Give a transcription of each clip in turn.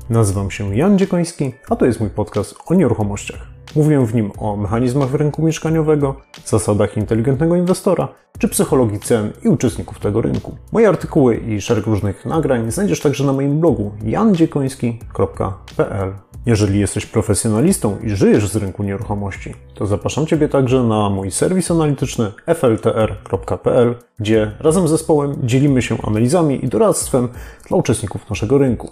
Nazywam się Jan Dziekoński, a to jest mój podcast o nieruchomościach. Mówię w nim o mechanizmach rynku mieszkaniowego, zasadach inteligentnego inwestora, czy psychologii cen i uczestników tego rynku. Moje artykuły i szereg różnych nagrań znajdziesz także na moim blogu jandziekoński.pl. Jeżeli jesteś profesjonalistą i żyjesz z rynku nieruchomości, to zapraszam Ciebie także na mój serwis analityczny fltr.pl, gdzie razem z zespołem dzielimy się analizami i doradztwem dla uczestników naszego rynku.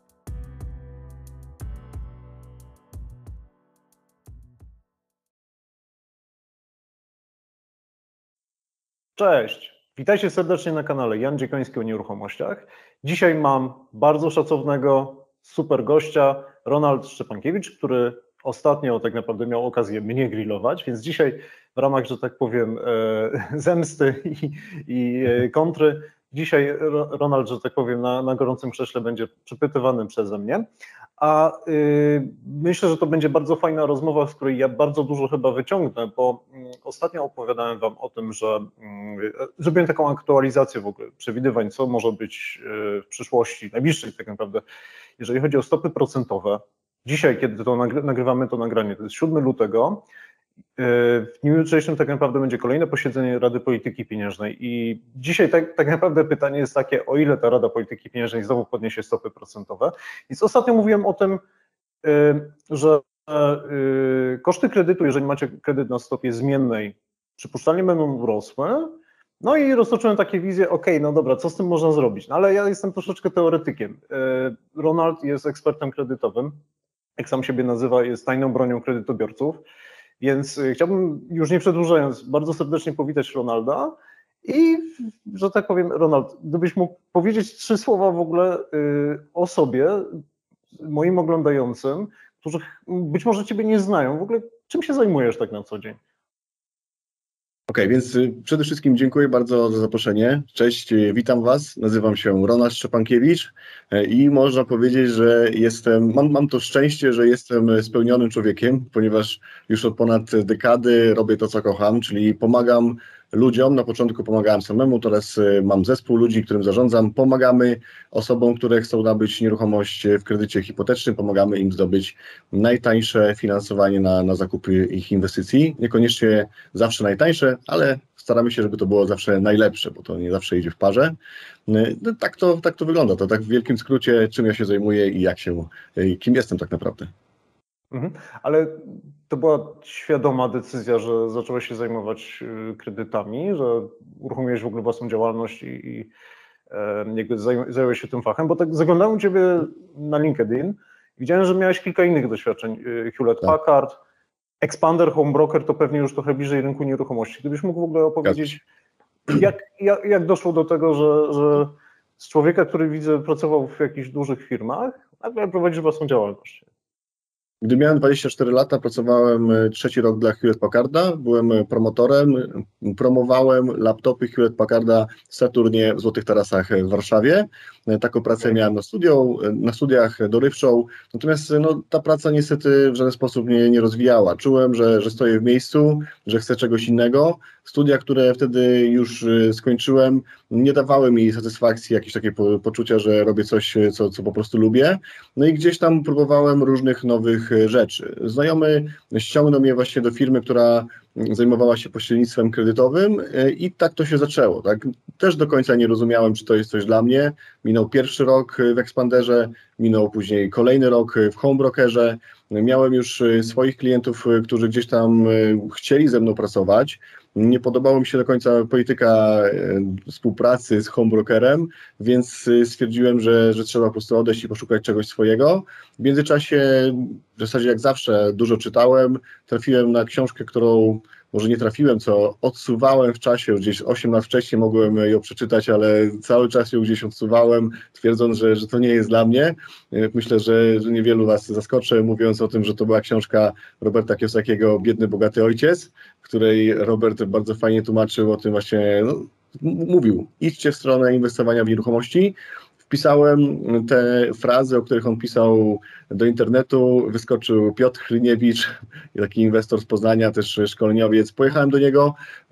Cześć! Witajcie serdecznie na kanale Jan Dziekoński o nieruchomościach. Dzisiaj mam bardzo szacownego, super gościa, Ronald Szczepankiewicz, który ostatnio tak naprawdę miał okazję mnie grillować, więc dzisiaj w ramach, że tak powiem, zemsty i kontry, dzisiaj Ronald, że tak powiem, na gorącym krześle będzie przepytywany przeze mnie. A myślę, że to będzie bardzo fajna rozmowa, z której ja bardzo dużo chyba wyciągnę, bo ostatnio opowiadałem Wam o tym, że zrobiłem taką aktualizację w ogóle przewidywań, co może być w przyszłości, najbliższej tak naprawdę, jeżeli chodzi o stopy procentowe. Dzisiaj, kiedy to nagrywamy to nagranie, to jest 7 lutego, w dniu jutrzejszym tak naprawdę będzie kolejne posiedzenie Rady Polityki Pieniężnej i dzisiaj tak naprawdę pytanie jest takie, o ile ta Rada Polityki Pieniężnej znowu podniesie stopy procentowe. Więc ostatnio mówiłem o tym, że koszty kredytu, jeżeli macie kredyt na stopie zmiennej, przypuszczalnie będą rosły. No i roztoczyłem takie wizje, no dobra, co z tym można zrobić? No ale ja jestem troszeczkę teoretykiem. Ronald jest ekspertem kredytowym, jak sam siebie nazywa, jest tajną bronią kredytobiorców. Więc chciałbym, już nie przedłużając, bardzo serdecznie powitać Ronalda i, że tak powiem, Ronald, gdybyś mógł powiedzieć 3 słowa w ogóle o sobie, moim oglądającym, którzy być może Ciebie nie znają, w ogóle czym się zajmujesz tak na co dzień? Okej, więc przede wszystkim dziękuję bardzo za zaproszenie. Cześć, witam Was. Nazywam się Ronald Szczepankiewicz i można powiedzieć, że mam to szczęście, że jestem spełnionym człowiekiem, ponieważ już od ponad dekady robię to, co kocham, czyli pomagam ludziom. Na początku pomagałem samemu, teraz mam zespół ludzi, którym zarządzam. Pomagamy osobom, które chcą nabyć nieruchomość w kredycie hipotecznym, pomagamy im zdobyć najtańsze finansowanie na zakupy ich inwestycji. Niekoniecznie zawsze najtańsze, ale staramy się, żeby to było zawsze najlepsze, bo to nie zawsze idzie w parze. No, tak to wygląda. To tak w wielkim skrócie, czym ja się zajmuję i kim jestem tak naprawdę. Ale to była świadoma decyzja, że zacząłeś się zajmować kredytami, że uruchomiłeś w ogóle własną działalność i jakby zająłeś się tym fachem, bo tak zaglądałem u Ciebie na LinkedIn i widziałem, że miałeś kilka innych doświadczeń. Hewlett Packard, Expander, Home Broker, to pewnie już trochę bliżej rynku nieruchomości. Gdybyś mógł w ogóle opowiedzieć, jak doszło do tego, że z człowieka, który widzę pracował w jakichś dużych firmach, nagle prowadzisz własną działalność. Gdy miałem 24 lata, pracowałem 3. rok dla Hewlett Packarda, byłem promotorem, promowałem laptopy Hewlett Packarda w Saturnie w Złotych Tarasach w Warszawie. Taką pracę miałem na studiach dorywczą, natomiast ta praca niestety w żaden sposób mnie nie rozwijała. Czułem, że stoję w miejscu, że chcę czegoś innego. Studia, które wtedy już skończyłem, nie dawały mi satysfakcji, jakieś takie poczucia, że robię coś, co po prostu lubię. No i gdzieś tam próbowałem różnych nowych rzeczy. Znajomy ściągnął mnie właśnie do firmy, która zajmowała się pośrednictwem kredytowym i tak to się zaczęło. Tak? Też do końca nie rozumiałem, czy to jest coś dla mnie. Minął 1. rok w Expanderze, minął później kolejny rok w Home Brokerze. Miałem już swoich klientów, którzy gdzieś tam chcieli ze mną pracować. Nie podobało mi się do końca polityka współpracy z Home Brokerem, więc stwierdziłem, że trzeba po prostu odejść i poszukać czegoś swojego. W międzyczasie, w zasadzie jak zawsze, dużo czytałem. Trafiłem na książkę, którą może nie trafiłem, co odsuwałem w czasie, już gdzieś 8 lat wcześniej mogłem ją przeczytać, ale cały czas ją gdzieś odsuwałem, twierdząc, że to nie jest dla mnie. Myślę, że niewielu Was zaskoczę, mówiąc o tym, że to była książka Roberta Kiyosakiego Biedny, bogaty ojciec, w której Robert bardzo fajnie tłumaczył o tym właśnie, mówił, idźcie w stronę inwestowania w nieruchomości. Wpisałem te frazy, o których on pisał do internetu, wyskoczył Piotr Hryniewicz, taki inwestor z Poznania, też szkoleniowiec. Pojechałem do niego,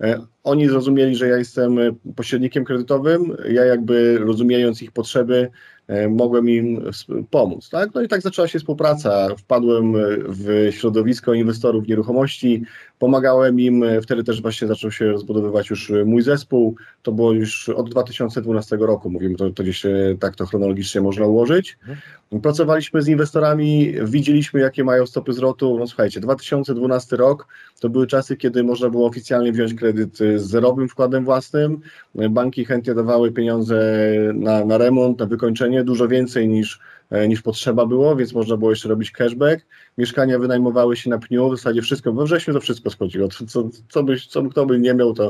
oni zrozumieli, że ja jestem pośrednikiem kredytowym, ja jakby rozumiejąc ich potrzeby, mogłem im pomóc, tak? No i tak zaczęła się współpraca. Wpadłem w środowisko inwestorów nieruchomości, pomagałem im, wtedy też właśnie zaczął się rozbudowywać już mój zespół. To było już od 2012 roku, mówimy, to gdzieś tak to chronologicznie można ułożyć. Pracowaliśmy z inwestorami, widzieliśmy, jakie mają stopy zwrotu. No słuchajcie, 2012 rok to były czasy, kiedy można było oficjalnie wziąć kredyt z zerowym wkładem własnym. Banki chętnie dawały pieniądze na remont, na wykończenie, dużo więcej niż potrzeba było, więc można było jeszcze robić cashback. Mieszkania wynajmowały się na pniu, w zasadzie wszystko, we wrześniu to wszystko schodziło. Kto by nie miał, to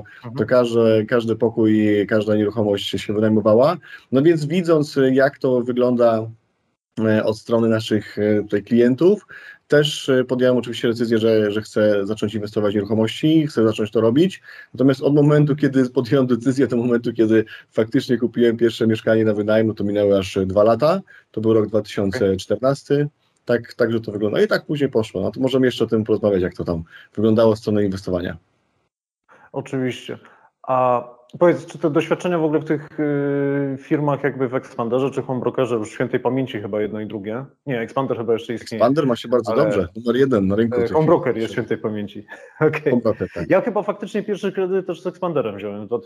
każdy pokój, każda nieruchomość się wynajmowała. No więc widząc, jak to wygląda od strony naszych tutaj klientów, też podjąłem oczywiście decyzję, że chcę zacząć inwestować w nieruchomości, chcę zacząć to robić. Natomiast od momentu, kiedy podjąłem decyzję, do momentu, kiedy faktycznie kupiłem pierwsze mieszkanie na wynajem, no to minęły aż 2 lata. To był rok 2014. Także to wygląda. I tak później poszło. No to możemy jeszcze o tym porozmawiać, jak to tam wyglądało z strony inwestowania. Oczywiście. A powiedz, czy te doświadczenia w ogóle w tych firmach jakby w Expanderze czy Homebrokerze, już świętej pamięci chyba jedno i drugie? Nie, Expander chyba jeszcze istnieje. Expander ma się bardzo dobrze, numer 1 na rynku. Homebroker jest świętej pamięci. Okay. Homebroker, tak. Ja chyba faktycznie pierwszy kredyt też z Expanderem wziąłem w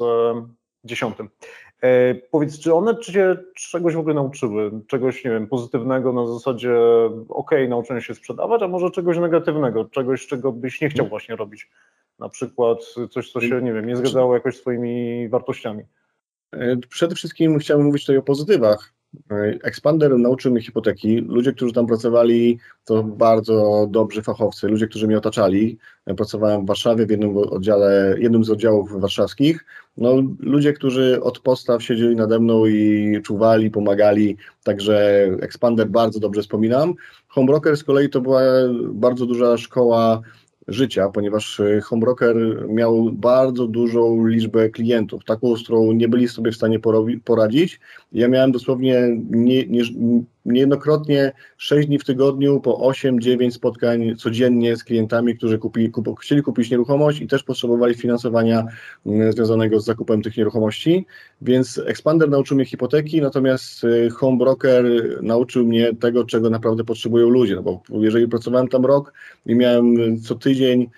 2010. Powiedz, czy one cię czegoś w ogóle nauczyły? Czegoś, nie wiem, pozytywnego na zasadzie nauczyłem się sprzedawać, a może czegoś negatywnego, czegoś, czego byś nie chciał właśnie robić? Na przykład coś, co się, nie wiem, nie zgadzało jakoś z twoimi wartościami. Przede wszystkim chciałbym mówić tutaj o pozytywach. Expander nauczył mnie hipoteki. Ludzie, którzy tam pracowali, to bardzo dobrzy fachowcy, ludzie, którzy mnie otaczali. Pracowałem w Warszawie w jednym z oddziałów warszawskich. No, ludzie, którzy od podstaw siedzieli nade mną i czuwali, pomagali, także Expander bardzo dobrze wspominam. Homebroker z kolei to była bardzo duża szkoła życia, ponieważ Homebroker miał bardzo dużą liczbę klientów, taką, z którą nie byli sobie w stanie poradzić. Ja miałem dosłownie niejednokrotnie 6 dni w tygodniu, po 8-9 spotkań codziennie z klientami, którzy chcieli kupić nieruchomość i też potrzebowali finansowania związanego z zakupem tych nieruchomości, więc Expander nauczył mnie hipoteki, natomiast Homebroker nauczył mnie tego, czego naprawdę potrzebują ludzie, no bo jeżeli pracowałem tam rok i miałem co tydzień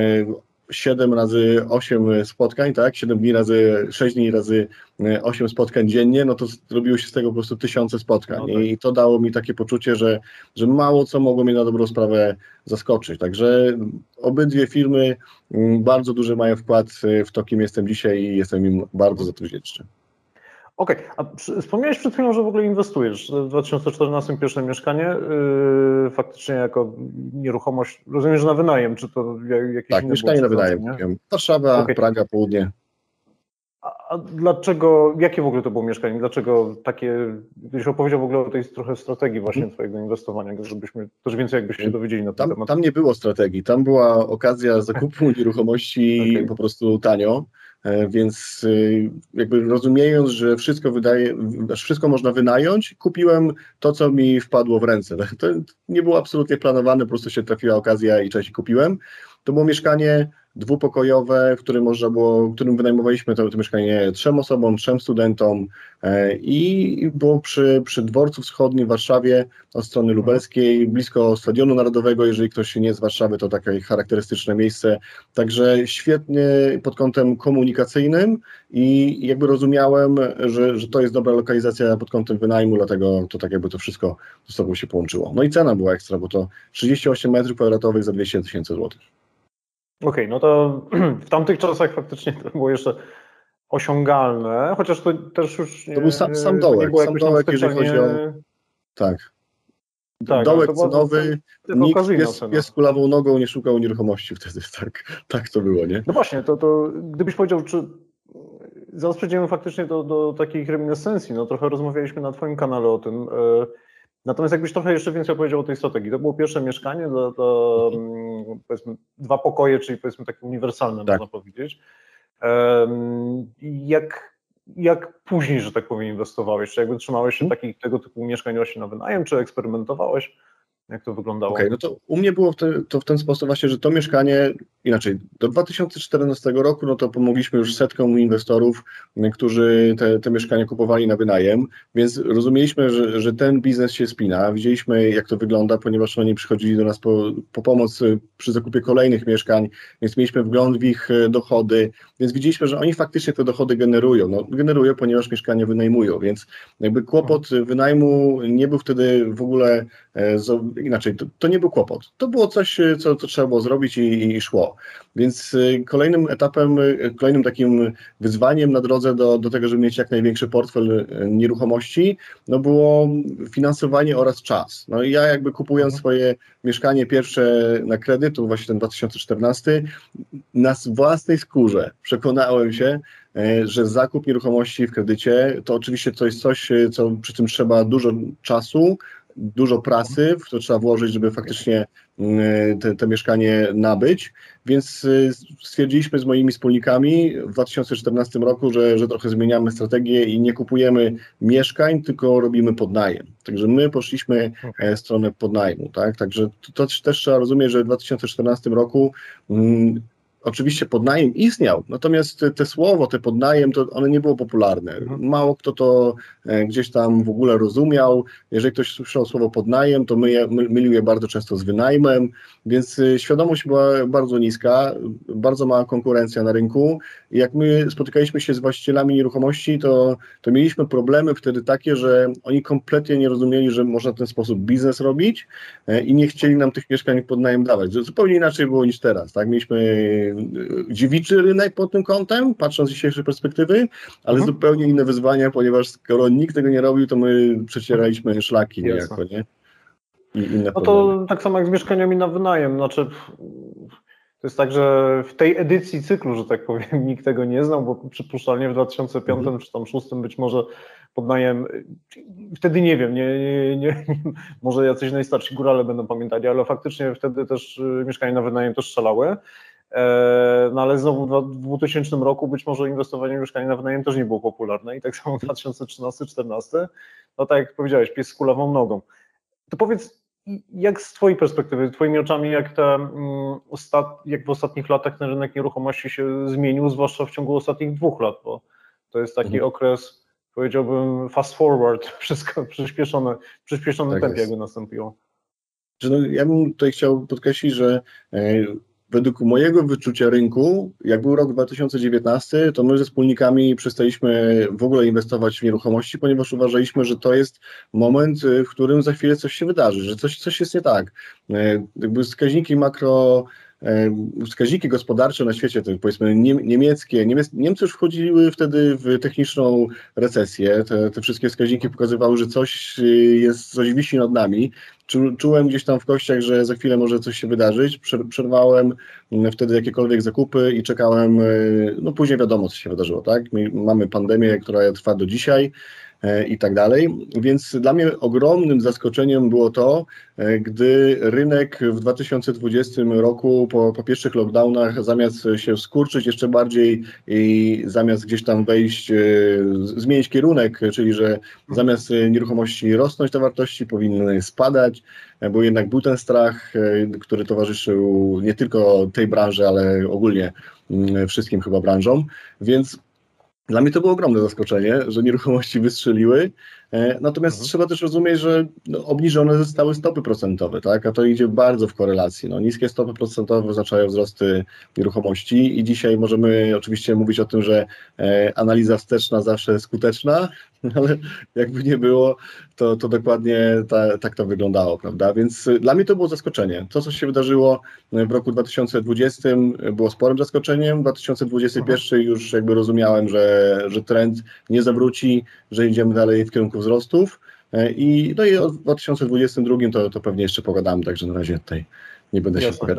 7 razy 8 spotkań, tak? 7 dni razy 6 dni razy 8 spotkań dziennie, no to zrobiło się z tego po prostu tysiące spotkań. No tak. I to dało mi takie poczucie, że mało co mogło mnie na dobrą sprawę zaskoczyć. Także obydwie firmy bardzo duży mają wkład w to, kim jestem dzisiaj i jestem im bardzo za to wdzięczny. Okej, a wspomniałeś przed chwilą, że w ogóle inwestujesz. W 2014 pierwsze mieszkanie, faktycznie jako nieruchomość, rozumiem, że na wynajem, czy to jakieś tak, inne mieszkanie na wynajem. Warszawa, Praga, południe. A dlaczego, jakie w ogóle to było mieszkanie? Dlaczego takie, gdybyś opowiedział w ogóle o tej trochę strategii właśnie twojego inwestowania, żebyśmy też więcej jakbyśmy się dowiedzieli na ten temat. Tam nie było strategii, tam była okazja zakupu nieruchomości po prostu tanio. Więc jakby rozumiejąc, że wszystko można wynająć, kupiłem to, co mi wpadło w ręce. To nie było absolutnie planowane, po prostu się trafiła okazja i cześć kupiłem. To było mieszkanie dwupokojowe, w którym wynajmowaliśmy to mieszkanie 3 osobom, 3 studentom i było przy Dworcu Wschodnim w Warszawie od strony lubelskiej, blisko Stadionu Narodowego. Jeżeli ktoś nie jest z Warszawy, to takie charakterystyczne miejsce. Także świetnie pod kątem komunikacyjnym i jakby rozumiałem, że to jest dobra lokalizacja pod kątem wynajmu, dlatego to tak jakby to wszystko ze sobą się połączyło. No i cena była ekstra, bo to 38 m2 za 200 000 złotych. Okej, no to w tamtych czasach faktycznie to było jeszcze osiągalne, chociaż to też już to był sam dołek, jeżeli chodzi o... Tak. Dołek cenowy, nikt pies kulawą nogą nie szukał nieruchomości wtedy, tak to było, nie? No właśnie, to gdybyś powiedział, czy zaraz przejdziemy faktycznie do takiej reminiscencji, no trochę rozmawialiśmy na twoim kanale o tym, natomiast jakbyś trochę jeszcze więcej opowiedział o tej strategii. To było pierwsze mieszkanie, powiedzmy 2 pokoje, czyli powiedzmy takie uniwersalne, można powiedzieć. Jak później, że tak powiem, inwestowałeś? Czy jakby trzymałeś się tego typu mieszkań właśnie na wynajem, czy eksperymentowałeś? Jak to wyglądało? Okej, no to u mnie było to w ten sposób właśnie, że to mieszkanie, inaczej, do 2014 roku, no to pomogliśmy już setkom inwestorów, którzy te mieszkania kupowali na wynajem, więc rozumieliśmy, że ten biznes się spina. Widzieliśmy, jak to wygląda, ponieważ oni przychodzili do nas po pomoc przy zakupie kolejnych mieszkań, więc mieliśmy wgląd w ich dochody, więc widzieliśmy, że oni faktycznie te dochody generują. No, generują, ponieważ mieszkania wynajmują, więc jakby kłopot wynajmu nie był wtedy w ogóle inaczej, to nie był kłopot. To było coś, co trzeba było zrobić i szło. Więc kolejnym etapem, kolejnym takim wyzwaniem na drodze do tego, żeby mieć jak największy portfel nieruchomości, no było finansowanie oraz czas. No i ja jakby kupując swoje mieszkanie pierwsze na kredyt, to właśnie ten 2014, na własnej skórze przekonałem się, że zakup nieruchomości w kredycie to oczywiście to jest coś, co przy czym trzeba dużo czasu, dużo pracy, w to trzeba włożyć, żeby faktycznie te mieszkanie nabyć, więc stwierdziliśmy z moimi wspólnikami w 2014 roku, że trochę zmieniamy strategię i nie kupujemy mieszkań, tylko robimy podnajem. Także my poszliśmy w stronę podnajmu, tak? Także to też trzeba rozumieć, że w 2014 roku oczywiście podnajem istniał, natomiast te słowo, te podnajem, to one nie było popularne. Mało kto to gdzieś tam w ogóle rozumiał. Jeżeli ktoś słyszał słowo podnajem, to mylił je bardzo często z wynajmem, więc świadomość była bardzo niska, bardzo mała konkurencja na rynku. I jak my spotykaliśmy się z właścicielami nieruchomości, to mieliśmy problemy wtedy takie, że oni kompletnie nie rozumieli, że można w ten sposób biznes robić i nie chcieli nam tych mieszkań pod najem dawać. Zupełnie inaczej było niż teraz, tak? Mieliśmy dziewiczy rynek pod tym kątem, patrząc z dzisiejszej perspektywy, ale zupełnie inne wyzwania, ponieważ skoro nikt tego nie robił, to my przecieraliśmy szlaki niejako, nie? I inne no to tak samo jak z mieszkaniami na wynajem, znaczy to jest tak, że w tej edycji cyklu, że tak powiem, nikt tego nie znał, bo przypuszczalnie w 2005 czy tam 2006 być może podnajem, wtedy nie wiem, może jacyś najstarsi górale będą pamiętali, ale faktycznie wtedy też mieszkania na wynajem też szalały. No ale znowu w 2000 roku być może inwestowanie w mieszkanie na wynajem też nie było popularne i tak samo w 2013-2014, no tak jak powiedziałeś, pies z kulawą nogą. To powiedz, jak z twojej perspektywy, twoimi oczami, jak w ostatnich latach ten rynek nieruchomości się zmienił, zwłaszcza w ciągu ostatnich 2 lat, bo to jest taki okres, powiedziałbym, fast forward, wszystko przyspieszony tempie jakby nastąpiło. No, ja bym tutaj chciał podkreślić, że według mojego wyczucia rynku, jak był rok 2019, to my ze wspólnikami przestaliśmy w ogóle inwestować w nieruchomości, ponieważ uważaliśmy, że to jest moment, w którym za chwilę coś się wydarzy, że coś jest nie tak. Jakby wskaźniki gospodarcze na świecie, to powiedzmy niemieckie, Niemcy już wchodziły wtedy w techniczną recesję, te wszystkie wskaźniki pokazywały, że coś wisi nad nami. Czułem gdzieś tam w kościach, że za chwilę może coś się wydarzyć. Przerwałem wtedy jakiekolwiek zakupy i czekałem, no później wiadomo, co się wydarzyło, tak? Mamy pandemię, która trwa do dzisiaj i tak dalej. Więc dla mnie ogromnym zaskoczeniem było to, gdy rynek w 2020 roku po pierwszych lockdownach zamiast się skurczyć jeszcze bardziej i zamiast gdzieś tam wejść, zmienić kierunek, czyli że zamiast nieruchomości rosnąć te wartości, powinny spadać, bo jednak był ten strach, który towarzyszył nie tylko tej branży, ale ogólnie wszystkim chyba branżom, więc dla mnie to było ogromne zaskoczenie, że nieruchomości wystrzeliły, natomiast trzeba też rozumieć, że obniżone zostały stopy procentowe, tak? A to idzie bardzo w korelacji. Niskie stopy procentowe oznaczają wzrosty nieruchomości i dzisiaj możemy oczywiście mówić o tym, że analiza wsteczna zawsze skuteczna, ale jakby nie było, to dokładnie tak to wyglądało, prawda? Więc dla mnie to było zaskoczenie. To, co się wydarzyło w roku 2020 było sporym zaskoczeniem, w 2021 już jakby rozumiałem, że trend nie zawróci, że idziemy dalej w kierunku wzrostów i o 2022 to pewnie jeszcze pogadamy, także na razie tutaj nie będę się pogadał.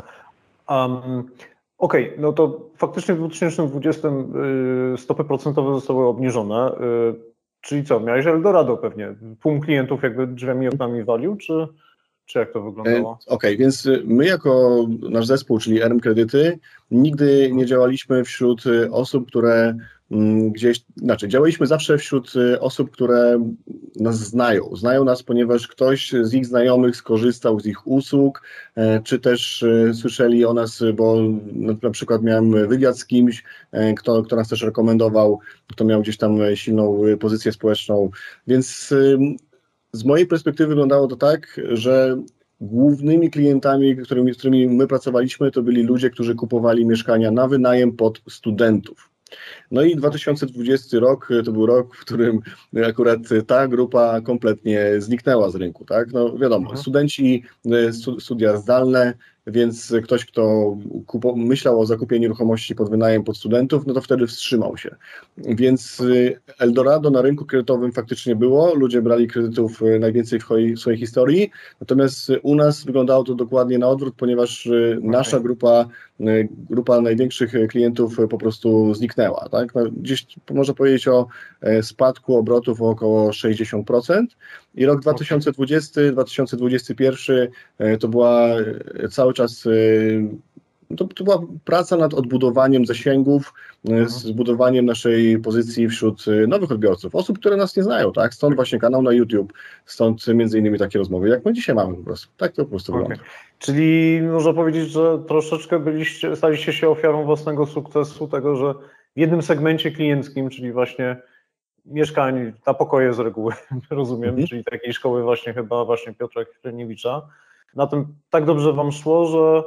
Okej, no to faktycznie w 2020 stopy procentowe zostały obniżone, czyli co, miałeś Eldorado pewnie, tłum klientów jakby drzwiami i oknami walił, czy jak to wyglądało? Okej, więc my jako nasz zespół, czyli RM Kredyty, nigdy nie działaliśmy wśród osób, które gdzieś, znaczy działaliśmy zawsze wśród osób, które nas znają nas, ponieważ ktoś z ich znajomych skorzystał z ich usług, czy też słyszeli o nas, bo na przykład miałem wywiad z kimś, kto nas też rekomendował, kto miał gdzieś tam silną pozycję społeczną, więc z mojej perspektywy wyglądało to tak, że głównymi klientami, z którymi my pracowaliśmy, to byli ludzie, którzy kupowali mieszkania na wynajem pod studentów. No i 2020 rok to był rok, w którym akurat ta grupa kompletnie zniknęła z rynku, tak? No wiadomo, studenci, studia zdalne, więc ktoś, kto myślał o zakupie nieruchomości pod wynajem pod studentów, no to wtedy wstrzymał się. Więc Eldorado na rynku kredytowym faktycznie było, ludzie brali kredytów najwięcej w swojej historii, natomiast u nas wyglądało to dokładnie na odwrót, ponieważ nasza grupa największych klientów po prostu zniknęła. Tak? No, gdzieś można powiedzieć o spadku obrotów o około 60%. I rok 2020, 2021 to była cały czas to była praca nad odbudowaniem zasięgów, zbudowaniem naszej pozycji wśród nowych odbiorców, osób, które nas nie znają, tak? Stąd właśnie kanał na YouTube, stąd między innymi takie rozmowy, jak my dzisiaj mamy po prostu. Tak to po prostu wygląda. Czyli można powiedzieć, że troszeczkę staliście się ofiarą własnego sukcesu, tego, że w jednym segmencie klienckim, czyli właśnie mieszkań na pokoje z reguły, rozumiem, czyli takiej szkoły właśnie chyba właśnie Piotra Kreniewicza, na tym tak dobrze wam szło, że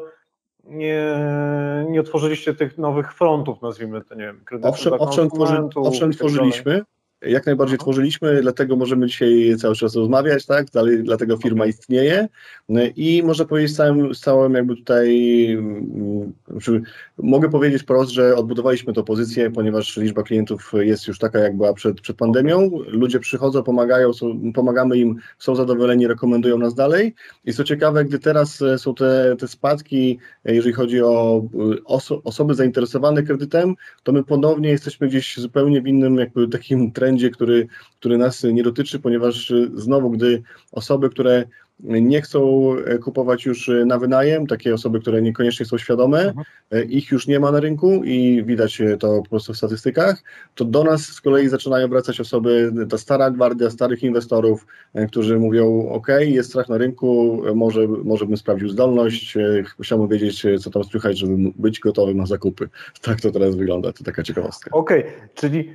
nie otworzyliście tych nowych frontów, nazwijmy to, nie wiem, kredytów dla konsumentów. Owszem, tworzyliśmy. Jak najbardziej tworzyliśmy, dlatego możemy dzisiaj cały czas rozmawiać, tak? Dlatego firma istnieje i można powiedzieć z całym jakby tutaj, mogę powiedzieć wprost, że odbudowaliśmy tę pozycję, ponieważ liczba klientów jest już taka, jak była przed pandemią. Ludzie przychodzą, pomagają, pomagamy im, są zadowoleni, rekomendują nas dalej. I co ciekawe, gdy teraz są te spadki, jeżeli chodzi o osoby zainteresowane kredytem, to my ponownie jesteśmy gdzieś zupełnie w innym jakby takim trendzie, który nas nie dotyczy, ponieważ znowu, gdy osoby, które nie chcą kupować już na wynajem, takie osoby, które niekoniecznie są świadome, ich już nie ma na rynku i widać to po prostu w statystykach, to do nas z kolei zaczynają wracać osoby, ta stara gwardia starych inwestorów, którzy mówią, OK, jest strach na rynku, może bym sprawdził zdolność, chciałbym wiedzieć, co tam słychać, żeby być gotowym na zakupy. Tak to teraz wygląda, to taka ciekawostka. Okej, czyli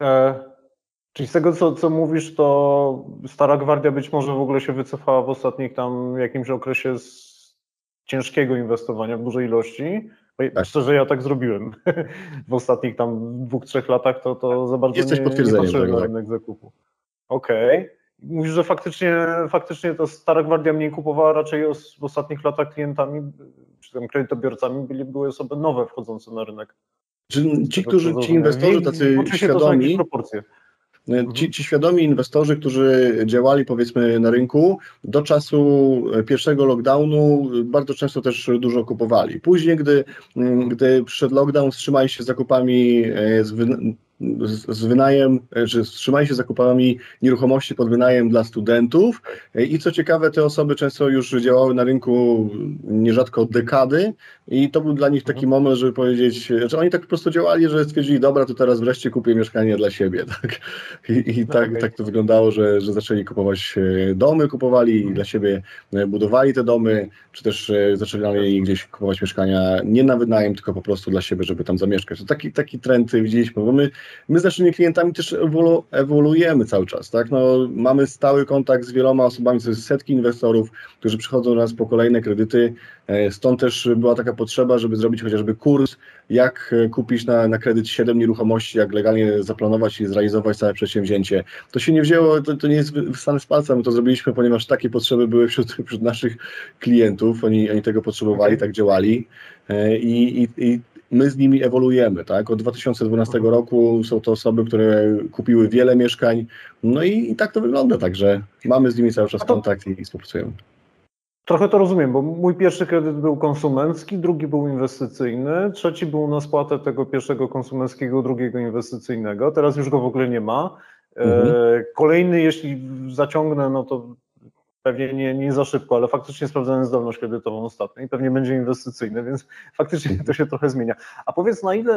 z tego, co mówisz, to stara gwardia być może w ogóle się wycofała w ostatnich tam jakimś okresie z ciężkiego inwestowania w dużej ilości. Tak. Szczerze, ja tak zrobiłem w ostatnich tam 2-3 latach, to za bardzo nie patrzyłem na rynek zakupu. Okej. Mówisz, że faktycznie ta stara gwardia mniej kupowała, raczej w ostatnich latach klientami, czy tam kredytobiorcami były osoby nowe wchodzące na rynek. Ci inwestorzy tacy świadomi, ci świadomi inwestorzy, którzy działali powiedzmy na rynku, do czasu pierwszego lockdownu bardzo często też dużo kupowali. Później, gdy przyszedł lockdown, wstrzymali się z zakupami z wynajem, czy wstrzymali się zakupami nieruchomości pod wynajem dla studentów i co ciekawe, te osoby często już działały na rynku nierzadko dekady i to był dla nich taki moment, żeby powiedzieć, że oni tak po prostu działali, że stwierdzili, dobra, to teraz wreszcie kupię mieszkanie dla siebie. Tak? Tak to wyglądało, że zaczęli kupować domy, kupowali dla siebie, budowali te domy, czy też zaczynali gdzieś kupować mieszkania nie na wynajem, tylko po prostu dla siebie, żeby tam zamieszkać. To taki trend widzieliśmy, bo my z naszymi klientami też ewoluujemy cały czas, tak? No, mamy stały kontakt z wieloma osobami, to jest setki inwestorów, którzy przychodzą do nas po kolejne kredyty, stąd też była taka potrzeba, żeby zrobić chociażby kurs, jak kupić na kredyt 7 nieruchomości, jak legalnie zaplanować i zrealizować całe przedsięwzięcie. To się nie wzięło, to nie jest wstane z palca, my to zrobiliśmy, ponieważ takie potrzeby były wśród naszych klientów, oni tego potrzebowali, tak działali i my z nimi ewoluujemy, tak? Od 2012 roku są to osoby, które kupiły wiele mieszkań, no i tak to wygląda, także mamy z nimi cały czas kontakt i współpracujemy. Trochę to rozumiem, bo mój pierwszy kredyt był konsumencki, drugi był inwestycyjny, trzeci był na spłatę tego pierwszego konsumenckiego, drugiego inwestycyjnego, teraz już go w ogóle nie ma. Kolejny, jeśli zaciągnę, no to pewnie nie za szybko, ale faktycznie sprawdzałem zdolność kredytową ostatnio i pewnie będzie inwestycyjny, więc faktycznie to się trochę zmienia. A powiedz, na ile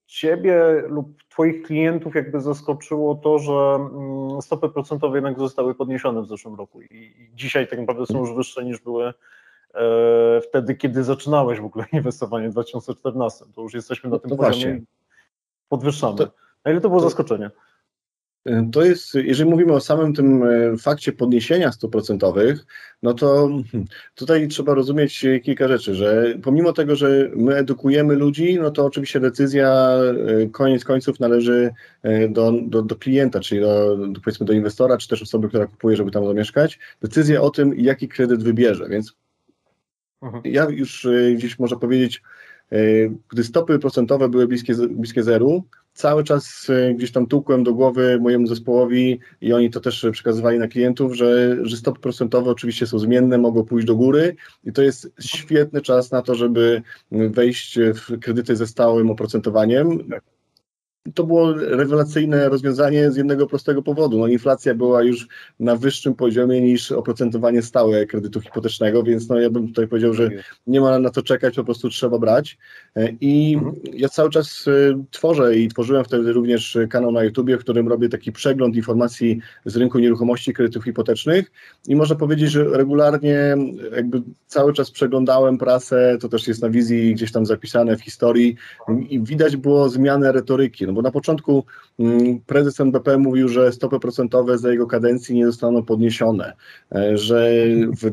Ciebie lub Twoich klientów jakby zaskoczyło to, że stopy procentowe jednak zostały podniesione w zeszłym roku i dzisiaj tak naprawdę są już wyższe niż były wtedy, kiedy zaczynałeś w ogóle inwestowanie w 2014. To już jesteśmy na tym poziomie właśnie. podwyższamy. Na ile to było zaskoczenie? To jest, jeżeli mówimy o samym tym fakcie podniesienia stóp procentowych, no to tutaj trzeba rozumieć kilka rzeczy, że pomimo tego, że my edukujemy ludzi, no to oczywiście decyzja koniec końców należy do klienta, czyli powiedzmy do inwestora, czy też osoby, która kupuje, żeby tam zamieszkać. Decyzja o tym, jaki kredyt wybierze, więc ja już gdzieś można powiedzieć, gdy stopy procentowe były bliskie zeru, cały czas gdzieś tam tłukłem do głowy mojemu zespołowi i oni to też przekazywali na klientów, że stopy procentowe oczywiście są zmienne, mogą pójść do góry i to jest świetny czas na to, żeby wejść w kredyty ze stałym oprocentowaniem. To było rewelacyjne rozwiązanie z jednego prostego powodu. No, inflacja była już na wyższym poziomie niż oprocentowanie stałe kredytu hipotecznego, więc no, ja bym tutaj powiedział, że nie ma na to czekać, po prostu trzeba brać. I ja cały czas tworzę i tworzyłem wtedy również kanał na YouTubie, w którym robię taki przegląd informacji z rynku nieruchomości, kredytów hipotecznych i można powiedzieć, że regularnie jakby cały czas przeglądałem prasę, to też jest na wizji gdzieś tam zapisane w historii i widać było zmianę retoryki. No bo na początku prezes NBP mówił, że stopy procentowe za jego kadencji nie zostaną podniesione, że w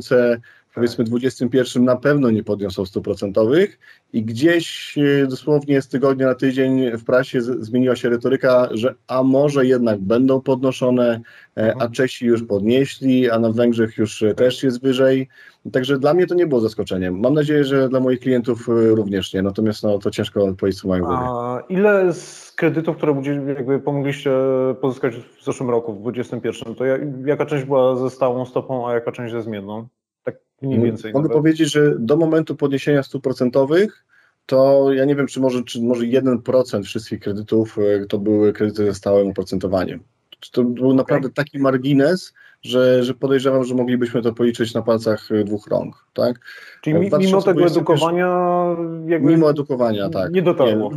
2021 na pewno nie podniosą stóp procentowych i gdzieś dosłownie z tygodnia na tydzień w prasie zmieniła się retoryka, że a może jednak będą podnoszone, a Czesi już podnieśli, a na Węgrzech już też jest wyżej. Także dla mnie to nie było zaskoczeniem. Mam nadzieję, że dla moich klientów również nie, natomiast no, to ciężko odpowiedzieć co mają w głowie. A ile z kredytów, które jakby pomogliście pozyskać w zeszłym roku, w 2021, to jaka część była ze stałą stopą, a jaka część ze zmienną? Tak mniej więcej. Mogę powiedzieć, że do momentu podniesienia stóp procentowych to ja nie wiem, czy może 1% wszystkich kredytów to były kredyty ze stałym oprocentowaniem. To był naprawdę taki margines, że podejrzewam, że moglibyśmy to policzyć na palcach dwóch rąk. Tak? Czyli mimo tego edukowania... Mimo edukowania, tak. Nie dotarło.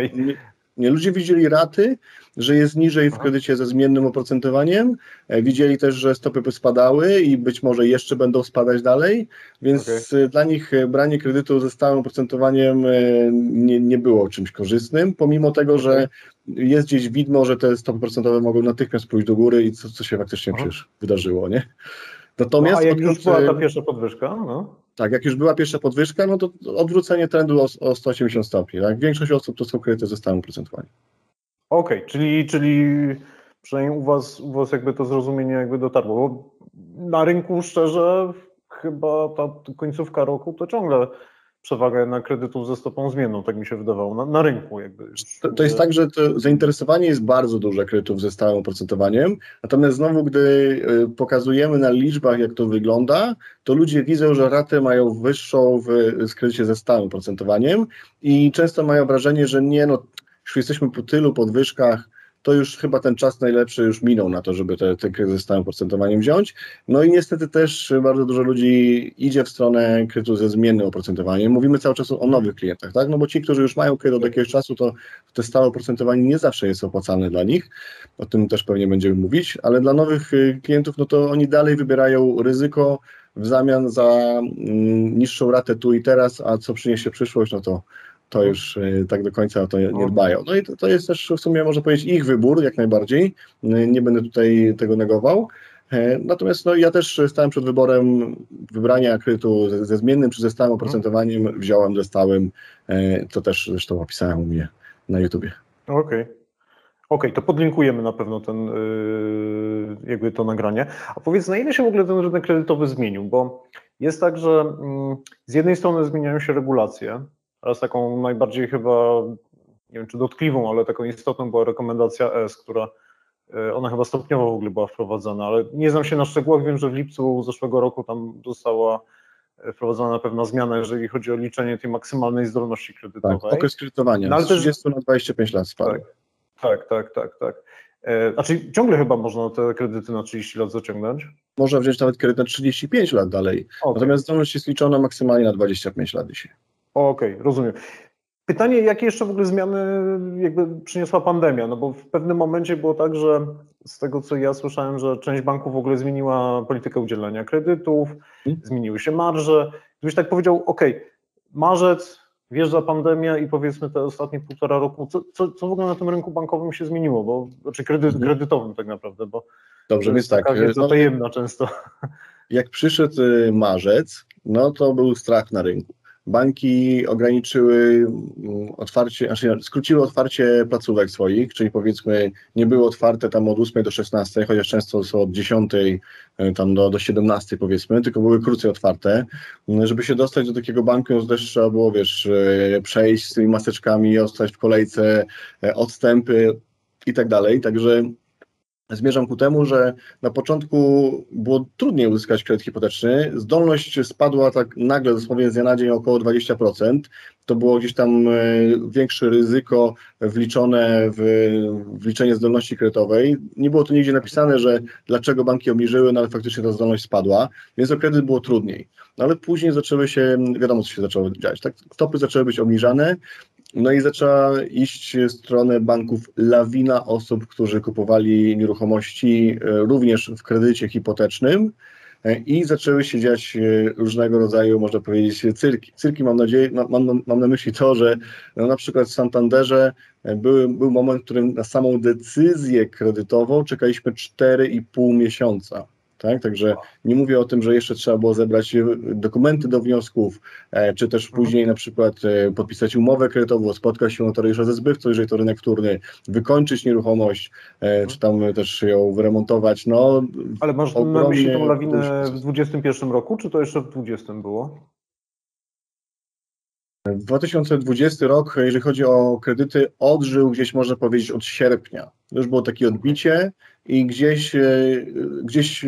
Ludzie widzieli raty, że jest niżej w kredycie ze zmiennym oprocentowaniem, widzieli też, że stopy by spadały i być może jeszcze będą spadać dalej, więc dla nich branie kredytu ze stałym oprocentowaniem nie było czymś korzystnym, pomimo tego, że jest gdzieś widmo, że te stopy procentowe mogą natychmiast pójść do góry i co się faktycznie przecież wydarzyło, nie? Natomiast a jak już była ta pierwsza podwyżka? No. Tak, jak już była pierwsza podwyżka, no to odwrócenie trendu o 180 stopni. Tak? Większość osób to są kredyty ze stałym oprocentowaniem. Okej, czyli przynajmniej u was jakby to zrozumienie jakby dotarło, bo na rynku szczerze chyba ta końcówka roku to ciągle przewaga na kredytów ze stopą zmienną, tak mi się wydawało, na rynku jakby. To jest tak, że to zainteresowanie jest bardzo duże kredytów ze stałym oprocentowaniem, natomiast znowu, gdy pokazujemy na liczbach, jak to wygląda, to ludzie widzą, że ratę mają wyższą w kredycie ze stałym oprocentowaniem i często mają wrażenie, że nie, no już jesteśmy po tylu podwyżkach, to już chyba ten czas najlepszy już minął na to, żeby te kredyty ze stałym oprocentowaniem wziąć. No i niestety też bardzo dużo ludzi idzie w stronę kredytu ze zmiennym oprocentowaniem. Mówimy cały czas o nowych klientach, tak? No bo ci, którzy już mają kredyt od jakiegoś czasu, to te stałe oprocentowanie nie zawsze jest opłacalne dla nich. O tym też pewnie będziemy mówić, ale dla nowych klientów, no to oni dalej wybierają ryzyko w zamian za niższą ratę tu i teraz, a co przyniesie przyszłość, no to już tak do końca o to nie dbają. No i to jest też w sumie, można powiedzieć, ich wybór, jak najbardziej. Nie będę tutaj tego negował. Natomiast no, ja też stałem przed wyborem wybrania kredytu ze zmiennym czy ze stałym oprocentowaniem. Wziąłem ze stałym. To też zresztą opisałem u mnie na YouTubie. Okej, to podlinkujemy na pewno jakby to nagranie. A powiedz, na ile się w ogóle ten rynek kredytowy zmienił? Bo jest tak, że z jednej strony zmieniają się regulacje. Teraz taką najbardziej chyba, nie wiem czy dotkliwą, ale taką istotną była rekomendacja ES, która ona chyba stopniowo w ogóle była wprowadzana, ale nie znam się na szczegółach, wiem, że w lipcu zeszłego roku tam została wprowadzona pewna zmiana, jeżeli chodzi o liczenie tej maksymalnej zdolności kredytowej. Tak, okres kredytowania, z 30 na 25 lat spadł. Tak. Znaczy ciągle chyba można te kredyty na 30 lat zaciągnąć? Można wziąć nawet kredyt na 35 lat dalej, natomiast zdolność jest liczona maksymalnie na 25 lat dzisiaj. Okej, rozumiem. Pytanie, jakie jeszcze w ogóle zmiany jakby przyniosła pandemia? No bo w pewnym momencie było tak, że z tego co ja słyszałem, że część banków w ogóle zmieniła politykę udzielania kredytów, zmieniły się marże. Gdybyś tak powiedział, ok, marzec, wjeżdża pandemia i powiedzmy te ostatnie 1,5 roku, co w ogóle na tym rynku bankowym się zmieniło, bo znaczy kredytowym tak naprawdę, bo Dobrze, to więc jest taka tak. wiedza tajemna często. Jak przyszedł marzec, no to był strach na rynku. Banki ograniczyły otwarcie, znaczy skróciły otwarcie placówek swoich, czyli powiedzmy nie były otwarte tam od 8 do 16, chociaż często są od 10 tam do 17 powiedzmy, tylko były krócej otwarte. Żeby się dostać do takiego banku, no też trzeba było, wiesz, przejść z tymi maseczkami, ostać w kolejce, odstępy i tak dalej, także zmierzam ku temu, że na początku było trudniej uzyskać kredyt hipoteczny. Zdolność spadła tak nagle, dosłownie z dnia na dzień o około 20%. To było gdzieś tam większe ryzyko wliczone w liczenie zdolności kredytowej. Nie było tu nigdzie napisane, że dlaczego banki obniżyły, no ale faktycznie ta zdolność spadła, więc o kredyt było trudniej. No ale później zaczęły się, wiadomo co się zaczęło dziać, tak? Stopy zaczęły być obniżane. No i zaczęła iść w stronę banków lawina osób, którzy kupowali nieruchomości również w kredycie hipotecznym i zaczęły się dziać różnego rodzaju, można powiedzieć, cyrki. Cyrki mam nadzieję, mam na myśli to, że no, na przykład w Santanderze był moment, w którym na samą decyzję kredytową czekaliśmy 4,5 miesiąca. Tak? Także nie mówię o tym, że jeszcze trzeba było zebrać dokumenty do wniosków, czy też później na przykład podpisać umowę kredytową, spotkać się notariusza ze zbywcą, jeżeli to rynek wtórny, wykończyć nieruchomość, czy tam też ją wyremontować. No, Ale masz na myśli tą lawinę w 2021 roku, czy to jeszcze w 2020 było? 2020 rok, jeżeli chodzi o kredyty, odżył gdzieś, można powiedzieć, od sierpnia. To już było takie odbicie i gdzieś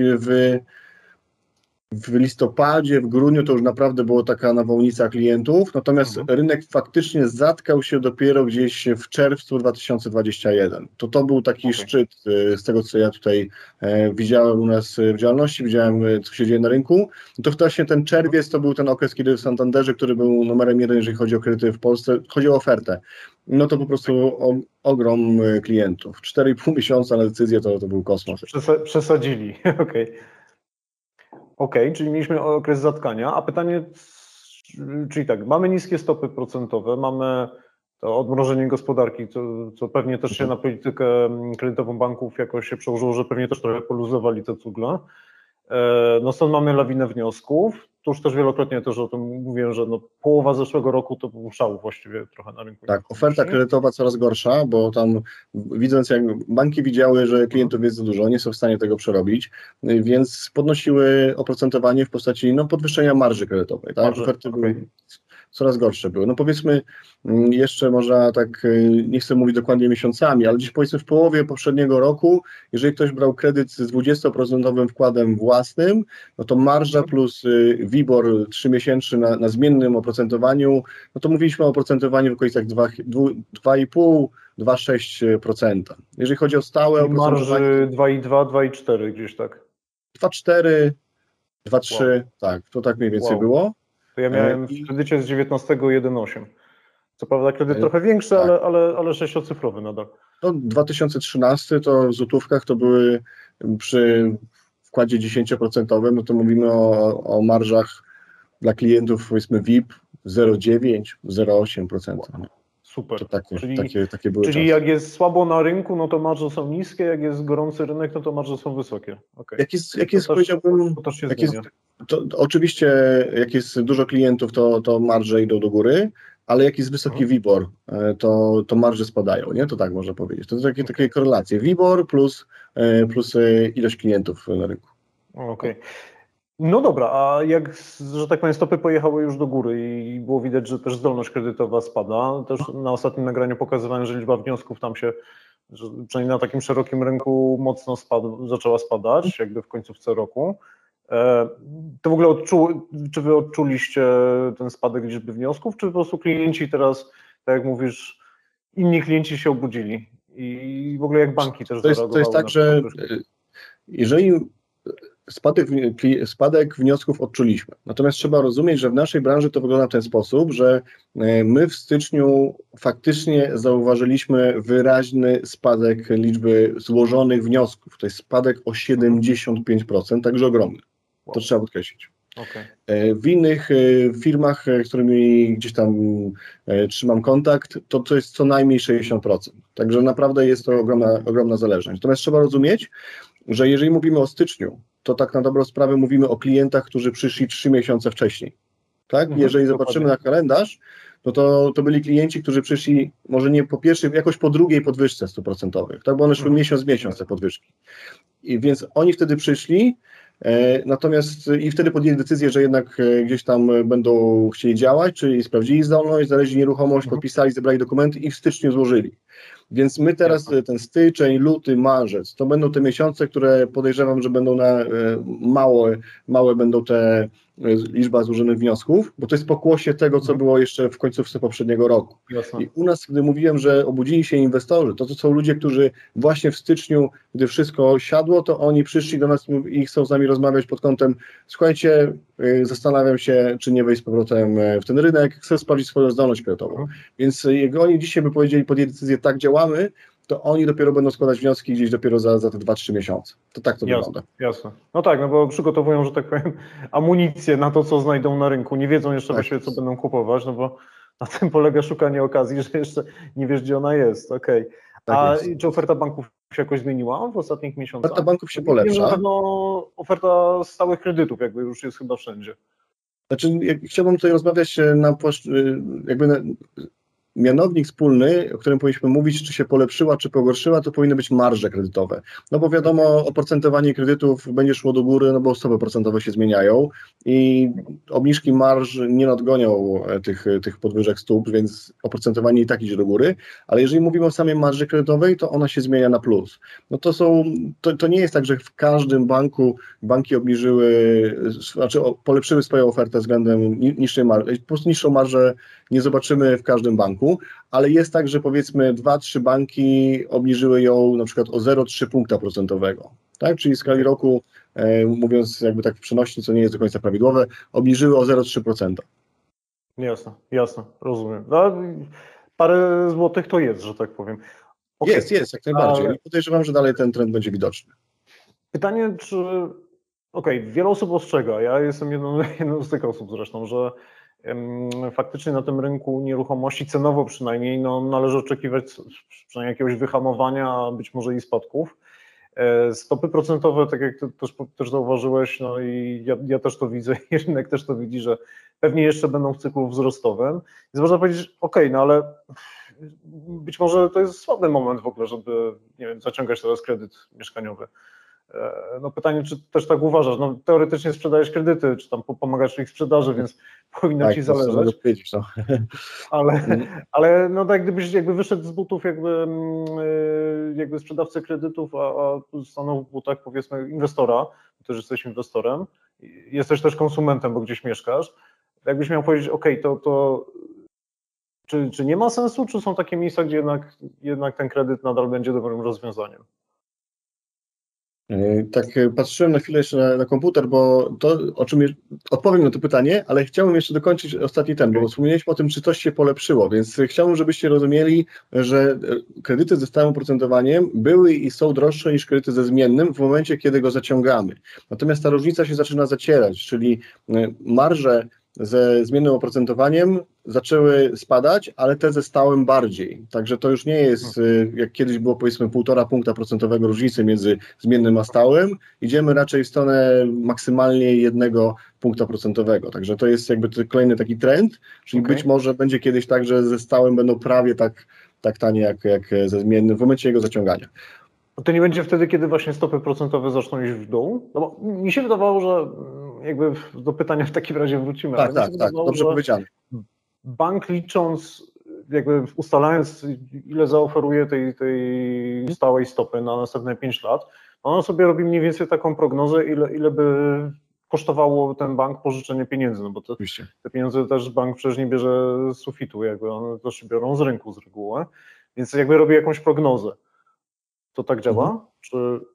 w listopadzie, w grudniu to już naprawdę była taka nawałnica klientów, natomiast rynek faktycznie zatkał się dopiero gdzieś w czerwcu 2021. To był taki szczyt z tego, co ja tutaj widziałem u nas w działalności, widziałem, co się dzieje na rynku. To właśnie ten czerwiec to był ten okres, kiedy w Santanderze, który był numerem 1, jeżeli chodzi o kredyty w Polsce, chodzi o ofertę. No to po prostu ogrom klientów. 4,5 miesiąca na decyzję to był kosmos. Przesadzili, okej. Okej, czyli mieliśmy okres zatkania, a pytanie, czyli tak, mamy niskie stopy procentowe, mamy to odmrożenie gospodarki, co pewnie też się na politykę kredytową banków jakoś się przełożyło, że pewnie też trochę poluzowali te cugle. No stąd mamy lawinę wniosków. Tu już też wielokrotnie też o tym mówiłem, że no połowa zeszłego roku to był szał właściwie trochę na rynku. Tak, oferta kredytowa coraz gorsza, bo tam widząc jak banki widziały, że klientów jest za dużo, nie są w stanie tego przerobić, więc podnosiły oprocentowanie w postaci podwyższenia marży kredytowej. Tak? Oferty były coraz gorsze były. No powiedzmy jeszcze można tak, nie chcę mówić dokładnie miesiącami, ale gdzieś powiedzmy w połowie poprzedniego roku, jeżeli ktoś brał kredyt z 20% wkładem własnym, no to marża plus WIBOR 3-miesięczny na zmiennym oprocentowaniu, no to mówiliśmy o oprocentowaniu w okolicach 2,5-2,6%. Jeżeli chodzi o stałe oprocentowanie... Marży 2,2, 2,4 gdzieś tak. 2,4, 2,3, tak, to tak mniej więcej było. To ja miałem w kredycie z 19 1,8. Co prawda kredyt trochę większy, tak. ale sześciocyfrowy nadal. No, 2013 to w złotówkach to były przy wkładzie 10%, no to mówimy o marżach dla klientów powiedzmy VIP 0,9, 0,8%. Wow. Super. To takie były czyli czasy. jak jest słabo na rynku, no to marże są niskie, jak jest gorący rynek, no to marże są wysokie. Okay. Oczywiście jak jest dużo klientów, to marże idą do góry, ale jak jest wysoki WIBOR, to marże spadają, nie? To tak można powiedzieć. To są takie korelacje. WIBOR plus ilość klientów na rynku. Okej. No dobra, a jak, że tak powiem, stopy pojechały już do góry i było widać, że też zdolność kredytowa spada, też na ostatnim nagraniu pokazywałem, że liczba wniosków tam się, że przynajmniej na takim szerokim rynku mocno zaczęła spadać, jakby w końcówce roku. To w ogóle czy wy odczuliście ten spadek liczby wniosków, czy po prostu klienci teraz, tak jak mówisz, inni klienci się obudzili i w ogóle jak banki też zareagowały? To jest tak, że jeżeli Spadek wniosków odczuliśmy. Natomiast trzeba rozumieć, że w naszej branży to wygląda w ten sposób, że my w styczniu faktycznie zauważyliśmy wyraźny spadek liczby złożonych wniosków. To jest spadek o 75%, także ogromny. To trzeba podkreślić. Okay. W innych firmach, z którymi gdzieś tam trzymam kontakt, to jest co najmniej 60%. Także naprawdę jest to ogromna zależność. Natomiast trzeba rozumieć, że jeżeli mówimy o styczniu, to tak na dobrą sprawę mówimy o klientach, którzy przyszli 3 miesiące wcześniej. Tak? Jeżeli zobaczymy na kalendarz, no to byli klienci, którzy przyszli może nie po pierwszej, jakoś po drugiej podwyżce 100%, tak? Bo one szły miesiąc w miesiąc te podwyżki. I więc oni wtedy przyszli, natomiast i wtedy podjęli decyzję, że jednak gdzieś tam będą chcieli działać, czyli sprawdzili zdolność, znaleźli nieruchomość, podpisali, zebrali dokumenty i w styczniu złożyli. Więc my teraz ten styczeń, luty, marzec, to będą te miesiące, które podejrzewam, że będą małe będą te liczba złożonych wniosków, bo to jest pokłosie tego, co było jeszcze w końcówce poprzedniego roku. Jasne. I u nas, gdy mówiłem, że obudzili się inwestorzy, to są ludzie, którzy właśnie w styczniu, gdy wszystko siadło, to oni przyszli do nas i chcą z nami rozmawiać pod kątem, słuchajcie, zastanawiam się, czy nie wejść z powrotem w ten rynek, chcę sprawdzić swoją zdolność kredytową. Więc jak oni dzisiaj by powiedzieli, podjęli decyzję, tak działamy, to oni dopiero będą składać wnioski gdzieś dopiero za te 2-3 miesiące. To tak to wygląda. Jasne. No tak, no bo przygotowują, że tak powiem, amunicję na to, co znajdą na rynku. Nie wiedzą jeszcze właściwie, co będą kupować, no bo na tym polega szukanie okazji, że jeszcze nie wiesz, gdzie ona jest. Okej. A czy oferta banków się jakoś zmieniła w ostatnich miesiącach? Oferta banków się polepsza. Na pewno oferta stałych kredytów jakby już jest chyba wszędzie. Znaczy, chciałbym tutaj rozmawiać mianownik wspólny, o którym powinniśmy mówić, czy się polepszyła, czy pogorszyła, to powinny być marże kredytowe. No bo wiadomo, oprocentowanie kredytów będzie szło do góry, no bo stopy procentowe się zmieniają i obniżki marż nie nadgonią tych podwyżek stóp, więc oprocentowanie i tak idzie do góry, ale jeżeli mówimy o samej marży kredytowej, to ona się zmienia na plus. No to nie jest tak, że w każdym banku banki polepszyły swoją ofertę względem niższej marży. Po prostu niższą marżę nie zobaczymy w każdym banku, ale jest tak, że powiedzmy 2-3 banki obniżyły ją na przykład o 0,3 punkta procentowego, tak? Czyli w skali roku, mówiąc jakby tak w przenośni, co nie jest do końca prawidłowe, obniżyły o 0,3%. Jasne, rozumiem. No, parę złotych to jest, że tak powiem. Okay. Jest, jak najbardziej. Ale podejrzewam, że dalej ten trend będzie widoczny. Pytanie, czy... wiele osób ostrzega, ja jestem jedną z tych osób zresztą, że faktycznie na tym rynku nieruchomości cenowo przynajmniej należy oczekiwać przynajmniej jakiegoś wyhamowania, a być może i spadków. Stopy procentowe, tak jak ty też zauważyłeś, no i ja też to widzę i rynek też to widzi, że pewnie jeszcze będą w cyklu wzrostowym. Więc można powiedzieć, no ale być może to jest słaby moment w ogóle, żeby, nie wiem, zaciągać teraz kredyt mieszkaniowy. No pytanie, czy też tak uważasz? No teoretycznie sprzedajesz kredyty, czy tam pomagasz w ich sprzedaży, więc powinno ci zależeć. No. Ale no tak gdybyś jakby wyszedł z butów jakby sprzedawcy kredytów, a stanął w butach powiedzmy inwestora, też jesteś inwestorem, jesteś też konsumentem, bo gdzieś mieszkasz, jakbyś miał powiedzieć, czy nie ma sensu, czy są takie miejsca, gdzie jednak ten kredyt nadal będzie dobrym rozwiązaniem? Tak, patrzyłem na chwilę jeszcze na komputer, bo to, odpowiem na to pytanie, ale chciałbym jeszcze dokończyć ostatni bo wspomnieliśmy o tym, czy coś się polepszyło, więc chciałbym, żebyście rozumieli, że kredyty ze stałym oprocentowaniem były i są droższe niż kredyty ze zmiennym w momencie, kiedy go zaciągamy. Natomiast ta różnica się zaczyna zacierać, czyli marże ze zmiennym oprocentowaniem zaczęły spadać, ale te ze stałym bardziej. Także to już nie jest, jak kiedyś było powiedzmy 1,5 punkta procentowego różnicy między zmiennym a stałym. Idziemy raczej w stronę maksymalnie 1 punkta procentowego. Także to jest jakby kolejny taki trend, czyli być może będzie kiedyś tak, że ze stałym będą prawie tak tanie jak ze zmiennym w momencie jego zaciągania. To nie będzie wtedy, kiedy właśnie stopy procentowe zaczną iść w dół? No bo mi się wydawało, że jakby do pytania w takim razie wrócimy. Tak, dobrze powiedziane. Bank licząc, jakby ustalając, ile zaoferuje tej stałej stopy na następne 5 lat, on sobie robi mniej więcej taką prognozę, ile by kosztowało ten bank pożyczenie pieniędzy, no bo te pieniądze też bank przecież nie bierze z sufitu, jakby one też biorą z rynku z reguły, więc jakby robi jakąś prognozę. To tak działa?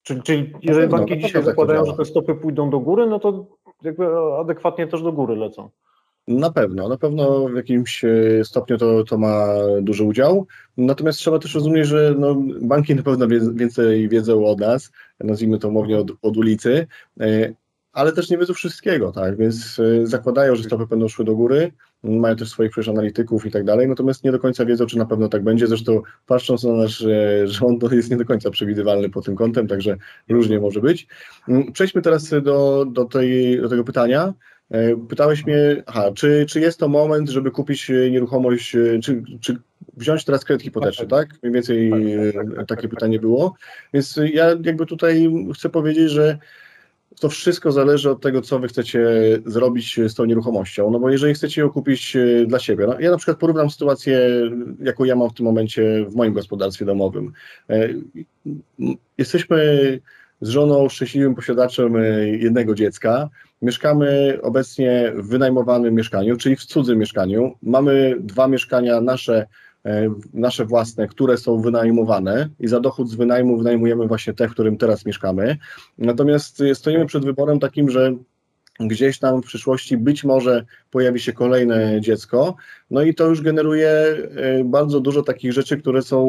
Czyli jeżeli banki na dzisiaj pewno tak to zakładają, że działa. te stopy pójdą do góry, no to jakby adekwatnie też do góry lecą. Na pewno w jakimś stopniu to ma duży udział. Natomiast trzeba też rozumieć, że no, banki na pewno więcej wiedzą od nas, nazwijmy to umownie od ulicy, ale też nie wiedzą wszystkiego, tak? Więc zakładają, że stopy będą szły do góry, mają też swoich przecież analityków i tak dalej, natomiast nie do końca wiedzą, czy na pewno tak będzie. Zresztą patrząc na nasz rząd, to jest nie do końca przewidywalny pod tym kątem, także różnie może być. Przejdźmy teraz do tego pytania. Pytałeś mnie, czy jest to moment, żeby kupić nieruchomość, czy wziąć teraz kredyt hipoteczny, tak? Mniej więcej takie pytanie było. Więc ja jakby tutaj chcę powiedzieć, że to wszystko zależy od tego, co wy chcecie zrobić z tą nieruchomością. No bo jeżeli chcecie ją kupić dla siebie, no ja na przykład porównam sytuację, jaką ja mam w tym momencie w moim gospodarstwie domowym. Jesteśmy z żoną szczęśliwym posiadaczem jednego dziecka. Mieszkamy obecnie w wynajmowanym mieszkaniu, czyli w cudzym mieszkaniu. Mamy 2 mieszkania nasze własne, które są wynajmowane i za dochód z wynajmu wynajmujemy właśnie te, w którym teraz mieszkamy. Natomiast stoimy przed wyborem takim, że gdzieś tam w przyszłości być może pojawi się kolejne dziecko, no i to już generuje bardzo dużo takich rzeczy,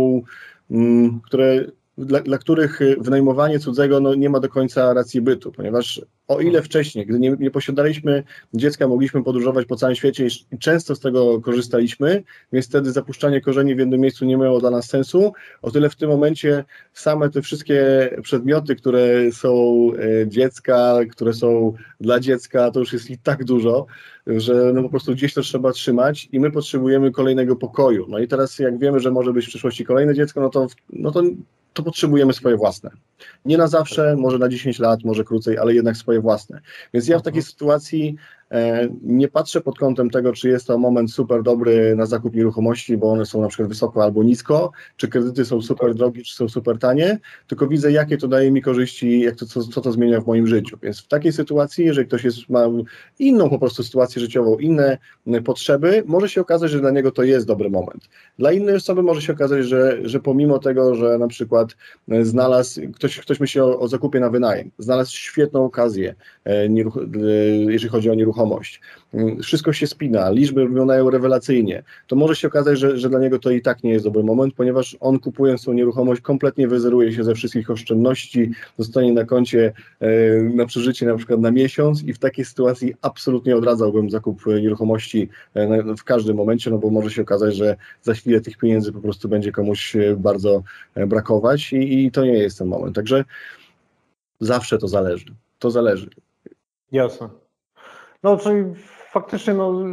dla których wynajmowanie cudzego no, nie ma do końca racji bytu, ponieważ o ile wcześniej, gdy nie posiadaliśmy dziecka, mogliśmy podróżować po całym świecie i często z tego korzystaliśmy, więc wtedy zapuszczanie korzeni w jednym miejscu nie miało dla nas sensu, o tyle w tym momencie same te wszystkie przedmioty, które są dziecka, które są dla dziecka, to już jest ich tak dużo, że no po prostu gdzieś to trzeba trzymać i my potrzebujemy kolejnego pokoju. No i teraz jak wiemy, że może być w przyszłości kolejne dziecko, to potrzebujemy swoje własne. Nie na zawsze, może na 10 lat, może krócej, ale jednak swoje własne. Więc ja w takiej sytuacji nie patrzę pod kątem tego, czy jest to moment super dobry na zakup nieruchomości, bo one są na przykład wysoko albo nisko, czy kredyty są super drogie, czy są super tanie, tylko widzę, jakie to daje mi korzyści, co to zmienia w moim życiu. Więc w takiej sytuacji, jeżeli ktoś ma inną po prostu sytuację życiową, inne potrzeby, może się okazać, że dla niego to jest dobry moment. Dla innej osoby może się okazać, że pomimo tego, że na przykład ktoś myśli o zakupie na wynajem, znalazł świetną okazję, jeżeli chodzi o nieruchomość. Wszystko się spina, liczby wyglądają rewelacyjnie. To może się okazać, że dla niego to i tak nie jest dobry moment, ponieważ on kupując tą nieruchomość kompletnie wyzeruje się ze wszystkich oszczędności, zostanie na koncie na przeżycie na przykład na miesiąc i w takiej sytuacji absolutnie odradzałbym zakup nieruchomości w każdym momencie, no bo może się okazać, że za chwilę tych pieniędzy po prostu będzie komuś bardzo brakować i to nie jest ten moment. Także zawsze to zależy. To zależy. Jasne. No, czyli faktycznie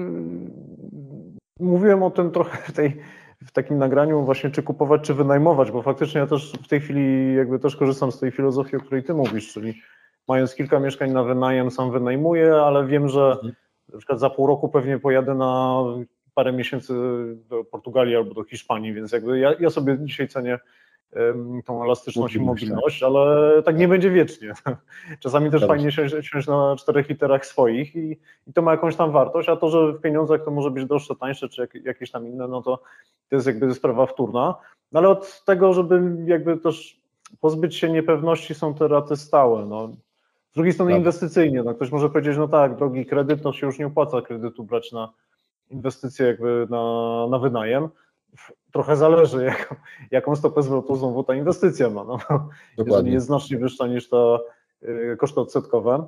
mówiłem o tym trochę w takim nagraniu właśnie, czy kupować, czy wynajmować, bo faktycznie ja też w tej chwili jakby też korzystam z tej filozofii, o której ty mówisz, czyli mając kilka mieszkań na wynajem, sam wynajmuję, ale wiem, że na przykład za pół roku pewnie pojadę na parę miesięcy do Portugalii albo do Hiszpanii, więc jakby ja sobie dzisiaj cenię tą elastyczność i mobilność, ale tak nie będzie wiecznie. Czasami też fajnie siąść na 4 literach swoich i to ma jakąś tam wartość, a to, że w pieniądzach to może być droższe, tańsze, czy jakieś tam inne, no to jest jakby sprawa wtórna. No ale od tego, żeby jakby też pozbyć się niepewności, są te raty stałe. No. Z drugiej strony inwestycyjnie, no ktoś może powiedzieć, no tak, drogi kredyt, to się już nie opłaca kredytu brać na inwestycje jakby na wynajem. Trochę zależy, jaką stopę zwrotu znowu ta inwestycja ma. No, jeżeli jest znacznie wyższa niż te koszty odsetkowe,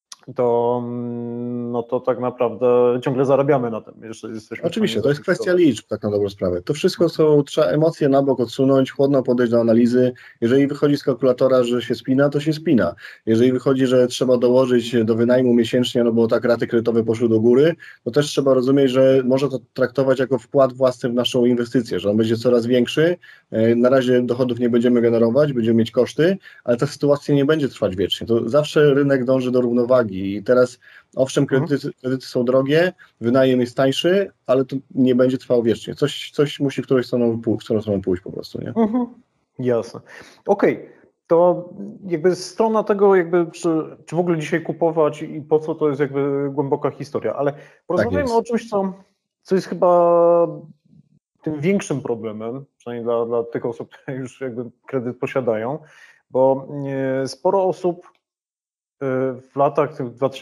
to tak naprawdę ciągle zarabiamy na tym. Oczywiście, to jest kwestia liczb, tak na dobrą sprawę. To wszystko trzeba emocje na bok odsunąć, chłodno podejść do analizy. Jeżeli wychodzi z kalkulatora, że się spina, to się spina. Jeżeli wychodzi, że trzeba dołożyć do wynajmu miesięcznie, no bo tak raty kredytowe poszły do góry, to też trzeba rozumieć, że można to traktować jako wkład własny w naszą inwestycję, że on będzie coraz większy. Na razie dochodów nie będziemy generować, będziemy mieć koszty, ale ta sytuacja nie będzie trwać wiecznie. To zawsze rynek dąży do równowagi i teraz owszem, kredyty są drogie, wynajem jest tańszy, ale to nie będzie trwało wiecznie. Coś musi w którą stronę pójść po prostu, nie? Jasne. Okej. To jakby strona tego, jakby czy w ogóle dzisiaj kupować i po co, to jest jakby głęboka historia, ale porozmawiajmy o czymś, co jest chyba tym większym problemem, przynajmniej dla tych osób, które już jakby kredyt posiadają, bo sporo osób w latach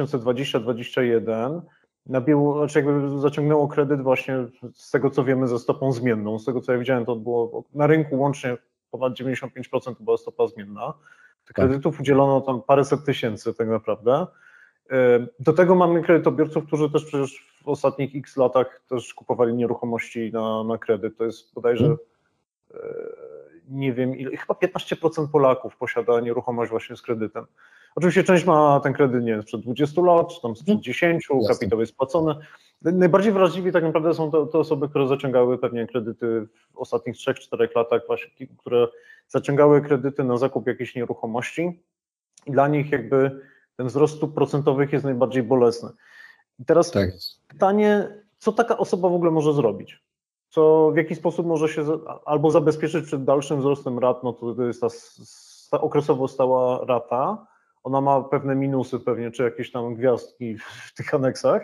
2020-2021 znaczy jakby zaciągnęło kredyt właśnie z tego, co wiemy, ze stopą zmienną. Z tego, co ja widziałem, to było na rynku łącznie ponad 95% to była stopa zmienna. Tych kredytów udzielono tam paręset tysięcy tak naprawdę. Do tego mamy kredytobiorców, którzy też przecież w ostatnich x latach też kupowali nieruchomości na kredyt. To jest bodajże, nie wiem ile, chyba 15% Polaków posiada nieruchomość właśnie z kredytem. Oczywiście część ma ten kredyt, nie wiem, sprzed 20 lat, czy tam sprzed 10, kapitał jest spłacony. Najbardziej wrażliwi tak naprawdę są te osoby, które zaciągały pewnie kredyty w ostatnich 3-4 latach, właśnie, które zaciągały kredyty na zakup jakiejś nieruchomości. I dla nich jakby ten wzrost stóp procentowych jest najbardziej bolesny. I teraz pytanie, co taka osoba w ogóle może zrobić? W jaki sposób może się albo zabezpieczyć przed dalszym wzrostem rat, no to jest ta okresowo stała rata, ona ma pewne minusy pewnie, czy jakieś tam gwiazdki w tych aneksach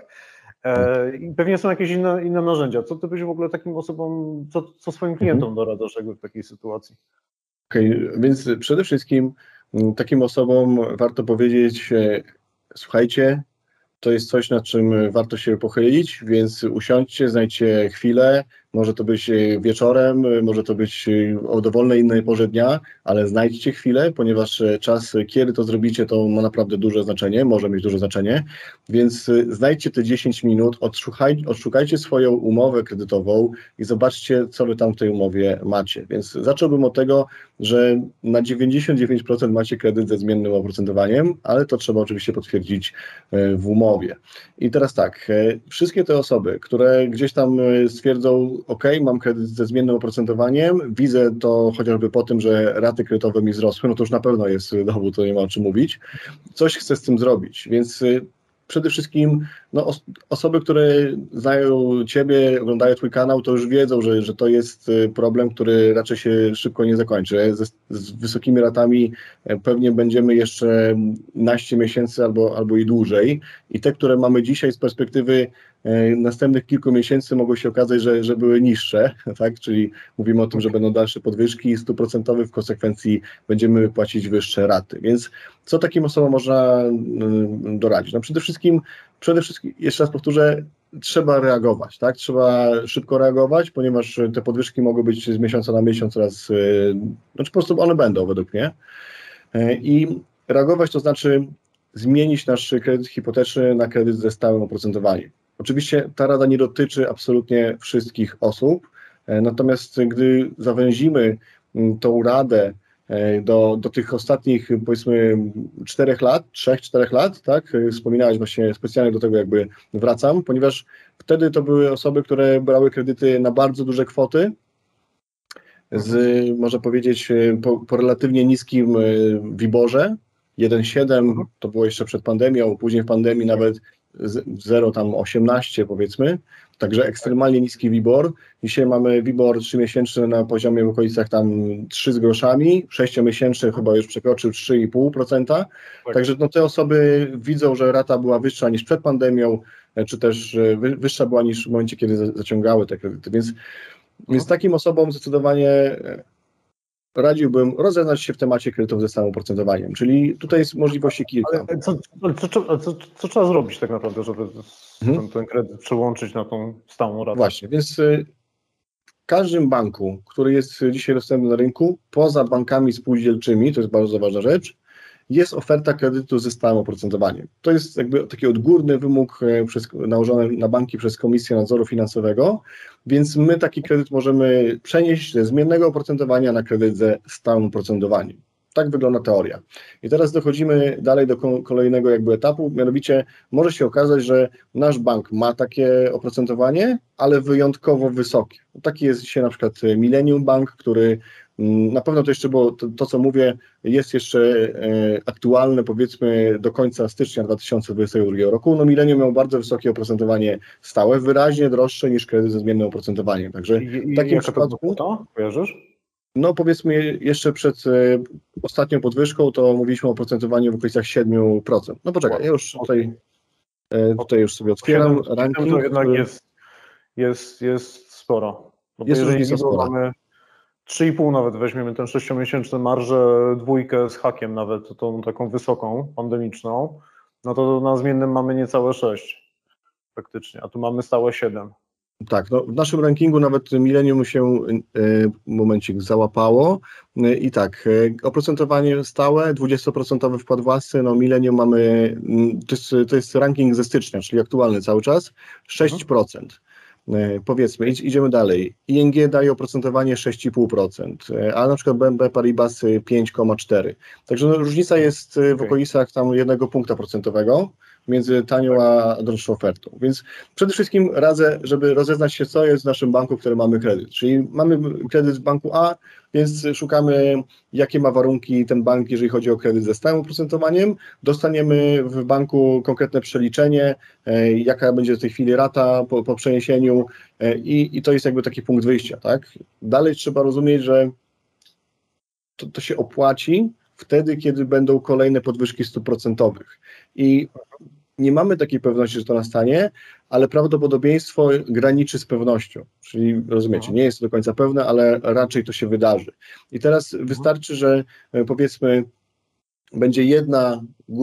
i pewnie są jakieś inne narzędzia. Co ty byś w ogóle takim osobom, co swoim klientom doradzasz jakby w takiej sytuacji? Więc przede wszystkim takim osobom warto powiedzieć, słuchajcie, to jest coś, nad czym warto się pochylić, więc usiądźcie, znajdźcie chwilę, może to być wieczorem, może to być o dowolnej innej porze dnia, ale znajdźcie chwilę, ponieważ czas, kiedy to zrobicie, to ma naprawdę duże znaczenie, może mieć duże znaczenie, więc znajdźcie te 10 minut, odszukajcie swoją umowę kredytową i zobaczcie, co wy tam w tej umowie macie. Więc zacząłbym od tego, że na 99% macie kredyt ze zmiennym oprocentowaniem, ale to trzeba oczywiście potwierdzić w umowie. I teraz tak, wszystkie te osoby, które gdzieś tam stwierdzą, OK, mam kredyt ze zmiennym oprocentowaniem, widzę to chociażby po tym, że raty kredytowe mi wzrosły, no to już na pewno jest dowód, to nie ma o czym mówić. Coś chcę z tym zrobić, więc przede wszystkim osoby, które znają Ciebie, oglądają Twój kanał, to już wiedzą, że to jest problem, który raczej się szybko nie zakończy. Z wysokimi ratami pewnie będziemy jeszcze naście miesięcy albo i dłużej. I te, które mamy dzisiaj z perspektywy następnych kilku miesięcy mogą się okazać, że były niższe, tak? Czyli mówimy o tym, że będą dalsze podwyżki stóp procentowych, w konsekwencji będziemy płacić wyższe raty. Więc co takim osobom można doradzić? No przede wszystkim, jeszcze raz powtórzę, trzeba reagować, tak? Trzeba szybko reagować, ponieważ te podwyżki mogą być z miesiąca na miesiąc znaczy po prostu one będą według mnie. I reagować to znaczy zmienić nasz kredyt hipoteczny na kredyt ze stałym oprocentowaniem. Oczywiście ta rada nie dotyczy absolutnie wszystkich osób, natomiast gdy zawęzimy tą radę do tych ostatnich, powiedzmy, 3-4 lat, tak? Wspominałeś właśnie, specjalnie do tego jakby wracam, ponieważ wtedy to były osoby, które brały kredyty na bardzo duże kwoty, można powiedzieć, po relatywnie niskim WIBOR-ze, 1,7 to było jeszcze przed pandemią, później w pandemii nawet 0,18 powiedzmy, także ekstremalnie niski WIBOR. Dzisiaj mamy WIBOR 3-miesięczny na poziomie w okolicach tam 3 z groszami, 6-miesięczny chyba już przekroczył 3,5%, także te osoby widzą, że rata była wyższa niż przed pandemią, czy też wyższa była niż w momencie, kiedy zaciągały te kredyty, więc takim osobom zdecydowanie radziłbym rozeznać się w temacie kredytów ze stałym oprocentowaniem, czyli tutaj jest możliwości kilka. Ale co trzeba zrobić tak naprawdę, żeby ten kredyt przełączyć na tą stałą ratę? Właśnie, więc w każdym banku, który jest dzisiaj dostępny na rynku, poza bankami spółdzielczymi, to jest bardzo ważna rzecz, jest oferta kredytu ze stałym oprocentowaniem. To jest jakby taki odgórny wymóg nałożony na banki przez Komisję Nadzoru Finansowego, więc my taki kredyt możemy przenieść ze zmiennego oprocentowania na kredyt ze stałym oprocentowaniem. Tak wygląda teoria. I teraz dochodzimy dalej do kolejnego jakby etapu, mianowicie może się okazać, że nasz bank ma takie oprocentowanie, ale wyjątkowo wysokie. Taki jest dzisiaj na przykład Millennium Bank, który na pewno to jeszcze było, to co mówię, jest jeszcze aktualne powiedzmy do końca stycznia 2022 roku. No Millennium miał bardzo wysokie oprocentowanie stałe, wyraźnie droższe niż kredyt ze zmiennym oprocentowaniem. Także w takim przypadku... To kojarzysz? No powiedzmy jeszcze przed ostatnią podwyżką to mówiliśmy o oprocentowaniu w okolicach 7%. No poczekaj, ja już tutaj już sobie otwieram ranking. To jednak jest sporo. No jest różnica spora. 3,5 nawet weźmiemy ten 6-miesięczny marżę, dwójkę z hakiem nawet, tą taką wysoką, pandemiczną, no to na zmiennym mamy niecałe 6 praktycznie, a tu mamy stałe 7. Tak, no w naszym rankingu nawet Millennium się momencik załapało i tak, oprocentowanie stałe, 20% wkład własny, no Millennium mamy, to jest ranking ze stycznia, czyli aktualny cały czas, 6%. Powiedzmy, idziemy dalej. ING daje oprocentowanie 6,5%, a na przykład BNP Paribas 5,4%. Także no, różnica jest w okolicach tam 1 punkta procentowego między tanią a droższą ofertą. Więc przede wszystkim radzę, żeby rozeznać się, co jest w naszym banku, w którym mamy kredyt. Czyli mamy kredyt w banku A, więc szukamy, jakie ma warunki ten bank, jeżeli chodzi o kredyt ze stałym oprocentowaniem. Dostaniemy w banku konkretne przeliczenie, jaka będzie w tej chwili rata po przeniesieniu i to jest jakby taki punkt wyjścia. Tak? Dalej trzeba rozumieć, że to się opłaci wtedy, kiedy będą kolejne podwyżki stóp procentowych. I nie mamy takiej pewności, że to nastanie, ale prawdopodobieństwo graniczy z pewnością. Czyli rozumiecie, nie jest to do końca pewne, ale raczej to się wydarzy. I teraz wystarczy, że powiedzmy będzie jedna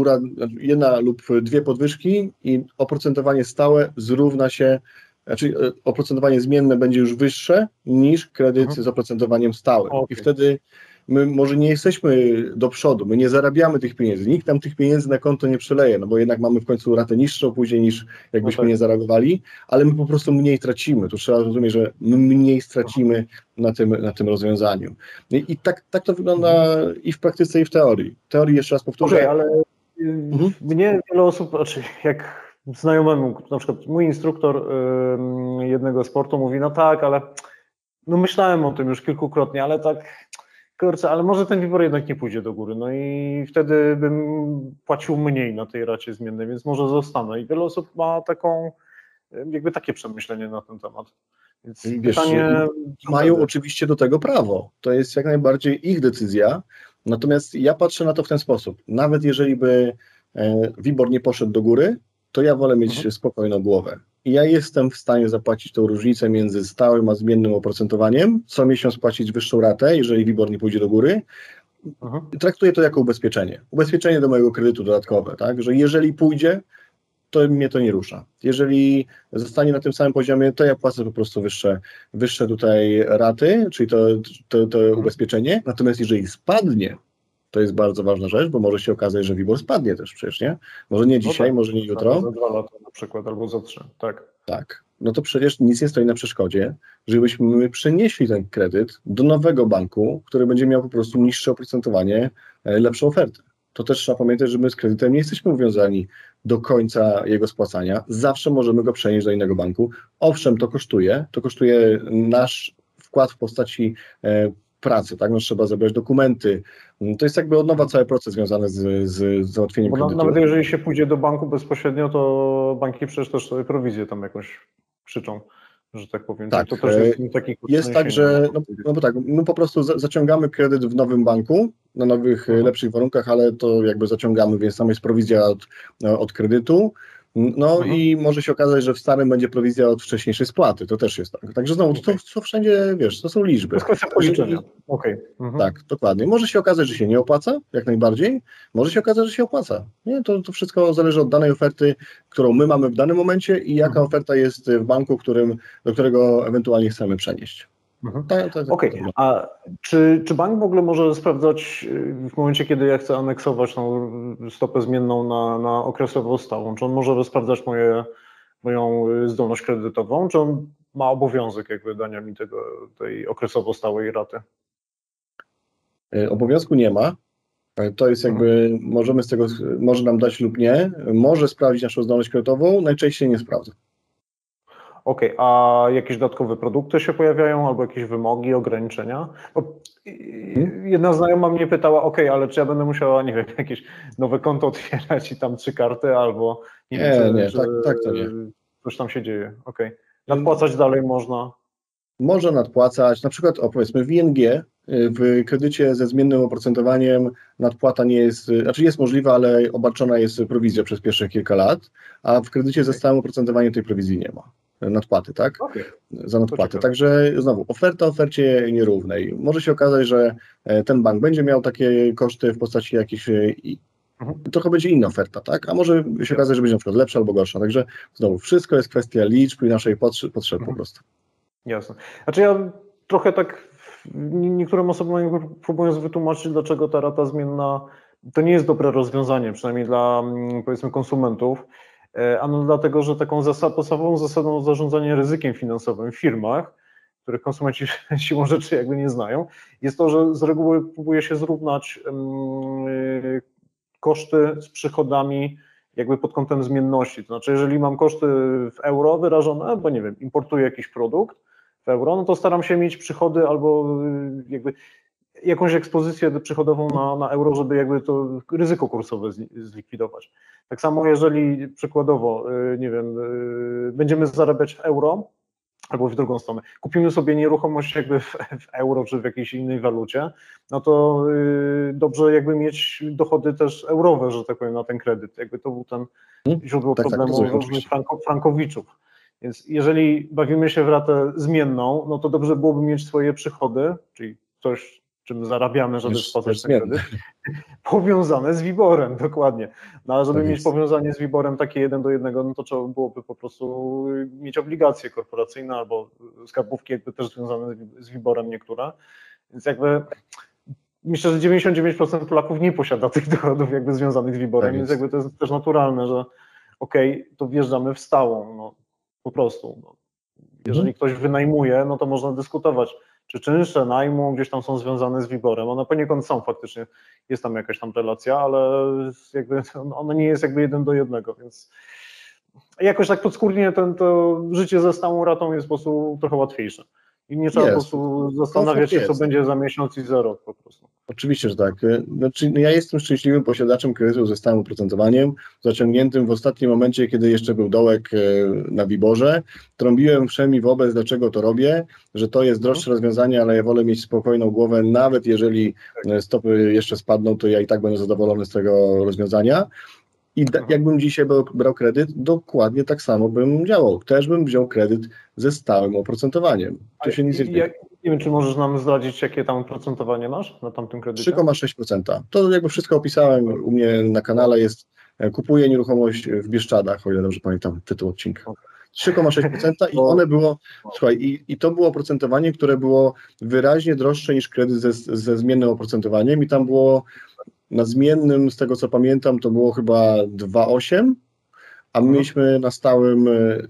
lub dwie podwyżki i oprocentowanie stałe zrówna się, znaczy oprocentowanie zmienne będzie już wyższe niż kredyt z oprocentowaniem stałym. I wtedy my może nie jesteśmy do przodu, my nie zarabiamy tych pieniędzy, nikt nam tych pieniędzy na konto nie przeleje, no bo jednak mamy w końcu ratę niższą później niż jakbyśmy nie zareagowali, ale my po prostu mniej tracimy. Tu trzeba rozumieć, że my mniej stracimy na tym rozwiązaniu. I tak to wygląda i w praktyce, i w teorii. W teorii jeszcze raz powtórzę. Ale mnie wiele osób, znaczy jak znajomemu, na przykład mój instruktor jednego sportu mówi, no tak, ale no myślałem o tym już kilkukrotnie, ale tak, kurczę, ale może ten WIBOR jednak nie pójdzie do góry, no i wtedy bym płacił mniej na tej racie zmiennej, więc może zostanę. I wiele osób ma jakby takie przemyślenie na ten temat. Więc pytanie... Mają oczywiście do tego prawo, to jest jak najbardziej ich decyzja, natomiast ja patrzę na to w ten sposób, nawet jeżeli by WIBOR nie poszedł do góry, to ja wolę mieć spokojną głowę. I ja jestem w stanie zapłacić tą różnicę między stałym a zmiennym oprocentowaniem, co miesiąc płacić wyższą ratę, jeżeli WIBOR nie pójdzie do góry. Traktuję to jako ubezpieczenie. Ubezpieczenie do mojego kredytu dodatkowe, tak? Że jeżeli pójdzie, to mnie to nie rusza. Jeżeli zostanie na tym samym poziomie, to ja płacę po prostu wyższe tutaj raty, czyli to ubezpieczenie. Natomiast jeżeli spadnie, to jest bardzo ważna rzecz, bo może się okazać, że WIBOR spadnie też przecież, nie? Może nie dzisiaj, może nie jutro. Za 2 lata na przykład, albo za 3, tak. Tak. No to przecież nic nie stoi na przeszkodzie, żebyśmy przenieśli ten kredyt do nowego banku, który będzie miał po prostu niższe oprocentowanie, lepszą ofertę. To też trzeba pamiętać, że my z kredytem nie jesteśmy uwiązani do końca jego spłacania. Zawsze możemy go przenieść do innego banku. Owszem, to kosztuje nasz wkład w postaci pracy, tak? No, trzeba zabrać dokumenty. To jest jakby od nowa cały proces związany z załatwieniem kredytu. Nawet jeżeli się pójdzie do banku bezpośrednio, to banki przecież też sobie prowizję tam jakąś krzyczą, że tak powiem. Tak, to też jest taki jest tak, że my po prostu zaciągamy kredyt w nowym banku na nowych, lepszych warunkach, ale to jakby zaciągamy, więc tam jest prowizja od kredytu. No i może się okazać, że w starym będzie prowizja od wcześniejszej spłaty, to też jest tak. Także znowu, to wszędzie, wiesz, to są liczby. To jest kwestia policzenia. Tak, dokładnie. Może się okazać, że się nie opłaca, jak najbardziej. Może się okazać, że się opłaca. Nie, to wszystko zależy od danej oferty, którą my mamy w danym momencie i jaka oferta jest w banku, do którego ewentualnie chcemy przenieść. Okej, a czy bank w ogóle może sprawdzać w momencie, kiedy ja chcę aneksować tą stopę zmienną na okresowo stałą, czy on może sprawdzać moją zdolność kredytową, czy on ma obowiązek jakby dania mi tej okresowo stałej raty? Obowiązku nie ma. To jest jakby, może nam dać lub nie, może sprawdzić naszą zdolność kredytową, najczęściej nie sprawdza. Okej, a jakieś dodatkowe produkty się pojawiają, albo jakieś wymogi, ograniczenia? Bo jedna znajoma mnie pytała, ale czy ja będę musiała, nie wiem, jakieś nowe konto otwierać i tam 3 karty, albo tak to nie. Coś tam się dzieje, Nadpłacać dalej można? Może nadpłacać, na przykład powiedzmy w ING, w kredycie ze zmiennym oprocentowaniem nadpłata nie jest, znaczy jest możliwa, ale obarczona jest prowizja przez pierwsze kilka lat, a w kredycie ze stałym oprocentowaniem tej prowizji nie ma. nadpłaty, tak? Okay. Za nadpłatę. Także znowu, oferta ofercie nierównej. Może się okazać, że ten bank będzie miał takie koszty w postaci jakichś, trochę będzie inna oferta, tak? A może się okazać, że będzie na przykład lepsza albo gorsza. Także znowu, wszystko jest kwestia liczb i naszej potrzeb po prostu. Jasne. Znaczy ja trochę tak niektórym osobom próbując wytłumaczyć, dlaczego ta rata zmienna to nie jest dobre rozwiązanie, przynajmniej dla, powiedzmy, konsumentów. Ano dlatego, że taką podstawową zasadą zarządzania ryzykiem finansowym w firmach, których konsumenci siłą rzeczy jakby nie znają, jest to, że z reguły próbuje się zrównać koszty z przychodami jakby pod kątem zmienności. To znaczy, jeżeli mam koszty w euro wyrażone, bo nie wiem, importuję jakiś produkt w euro, no to staram się mieć przychody albo jakby jakąś ekspozycję przychodową na euro, żeby jakby to ryzyko kursowe zlikwidować. Tak samo jeżeli przykładowo, nie wiem, będziemy zarabiać w euro, albo w drugą stronę, kupimy sobie nieruchomość jakby w euro czy w jakiejś innej walucie, no to dobrze jakby mieć dochody też eurowe, że tak powiem, na ten kredyt. Jakby to był ten źródło problemu różnych frankowiczów. Więc jeżeli bawimy się w ratę zmienną, no to dobrze byłoby mieć swoje przychody, czyli coś, czym zarabiamy, żeby spłacać ten kredyt, powiązane z WIBOR-em, dokładnie. No ale żeby mieć powiązanie z WIBOR-em takie 1:1, no to trzeba byłoby po prostu mieć obligacje korporacyjne albo skarbówki jakby też związane z WIBOR-em niektóre. Więc jakby myślę, że 99% Polaków nie posiada tych dochodów jakby związanych z WIBOR-em, więc jakby to jest też naturalne, że to wjeżdżamy w stałą, no po prostu. No. Jeżeli ktoś wynajmuje, no to można dyskutować, czy czynsze najmu gdzieś tam są związane z WIBOR-em. One poniekąd są faktycznie, jest tam jakaś tam relacja, ale jakby ona nie jest jakby 1:1, więc jakoś tak podskórnie to życie ze stałą ratą jest po prostu trochę łatwiejsze. I nie trzeba po prostu zastanawiać się, co będzie za miesiąc i za rok po prostu. Oczywiście, że tak. Znaczy, ja jestem szczęśliwym posiadaczem kredytu ze stałym oprocentowaniem, zaciągniętym w ostatnim momencie, kiedy jeszcze był dołek na WIBOR-ze. Trąbiłem wszemi wobec, dlaczego to robię, że to jest droższe rozwiązanie, ale ja wolę mieć spokojną głowę, nawet jeżeli stopy jeszcze spadną, to ja i tak będę zadowolony z tego rozwiązania. I jakbym dzisiaj brał kredyt, dokładnie tak samo bym działał. Też bym wziął kredyt ze stałym oprocentowaniem. To się nic nie zmieni. Nie wiem, czy możesz nam zdradzić, jakie tam oprocentowanie masz na tamtym kredycie? 3,6%. To jakby wszystko opisałem u mnie na kanale jest, kupuję nieruchomość w Bieszczadach, o ile dobrze pamiętam tytuł odcinka. 3,6% i one było, słuchaj, i to było oprocentowanie, które było wyraźnie droższe niż kredyt ze zmiennym oprocentowaniem i tam było na zmiennym, z tego co pamiętam, to było chyba 2,8%, a my mieliśmy na stałym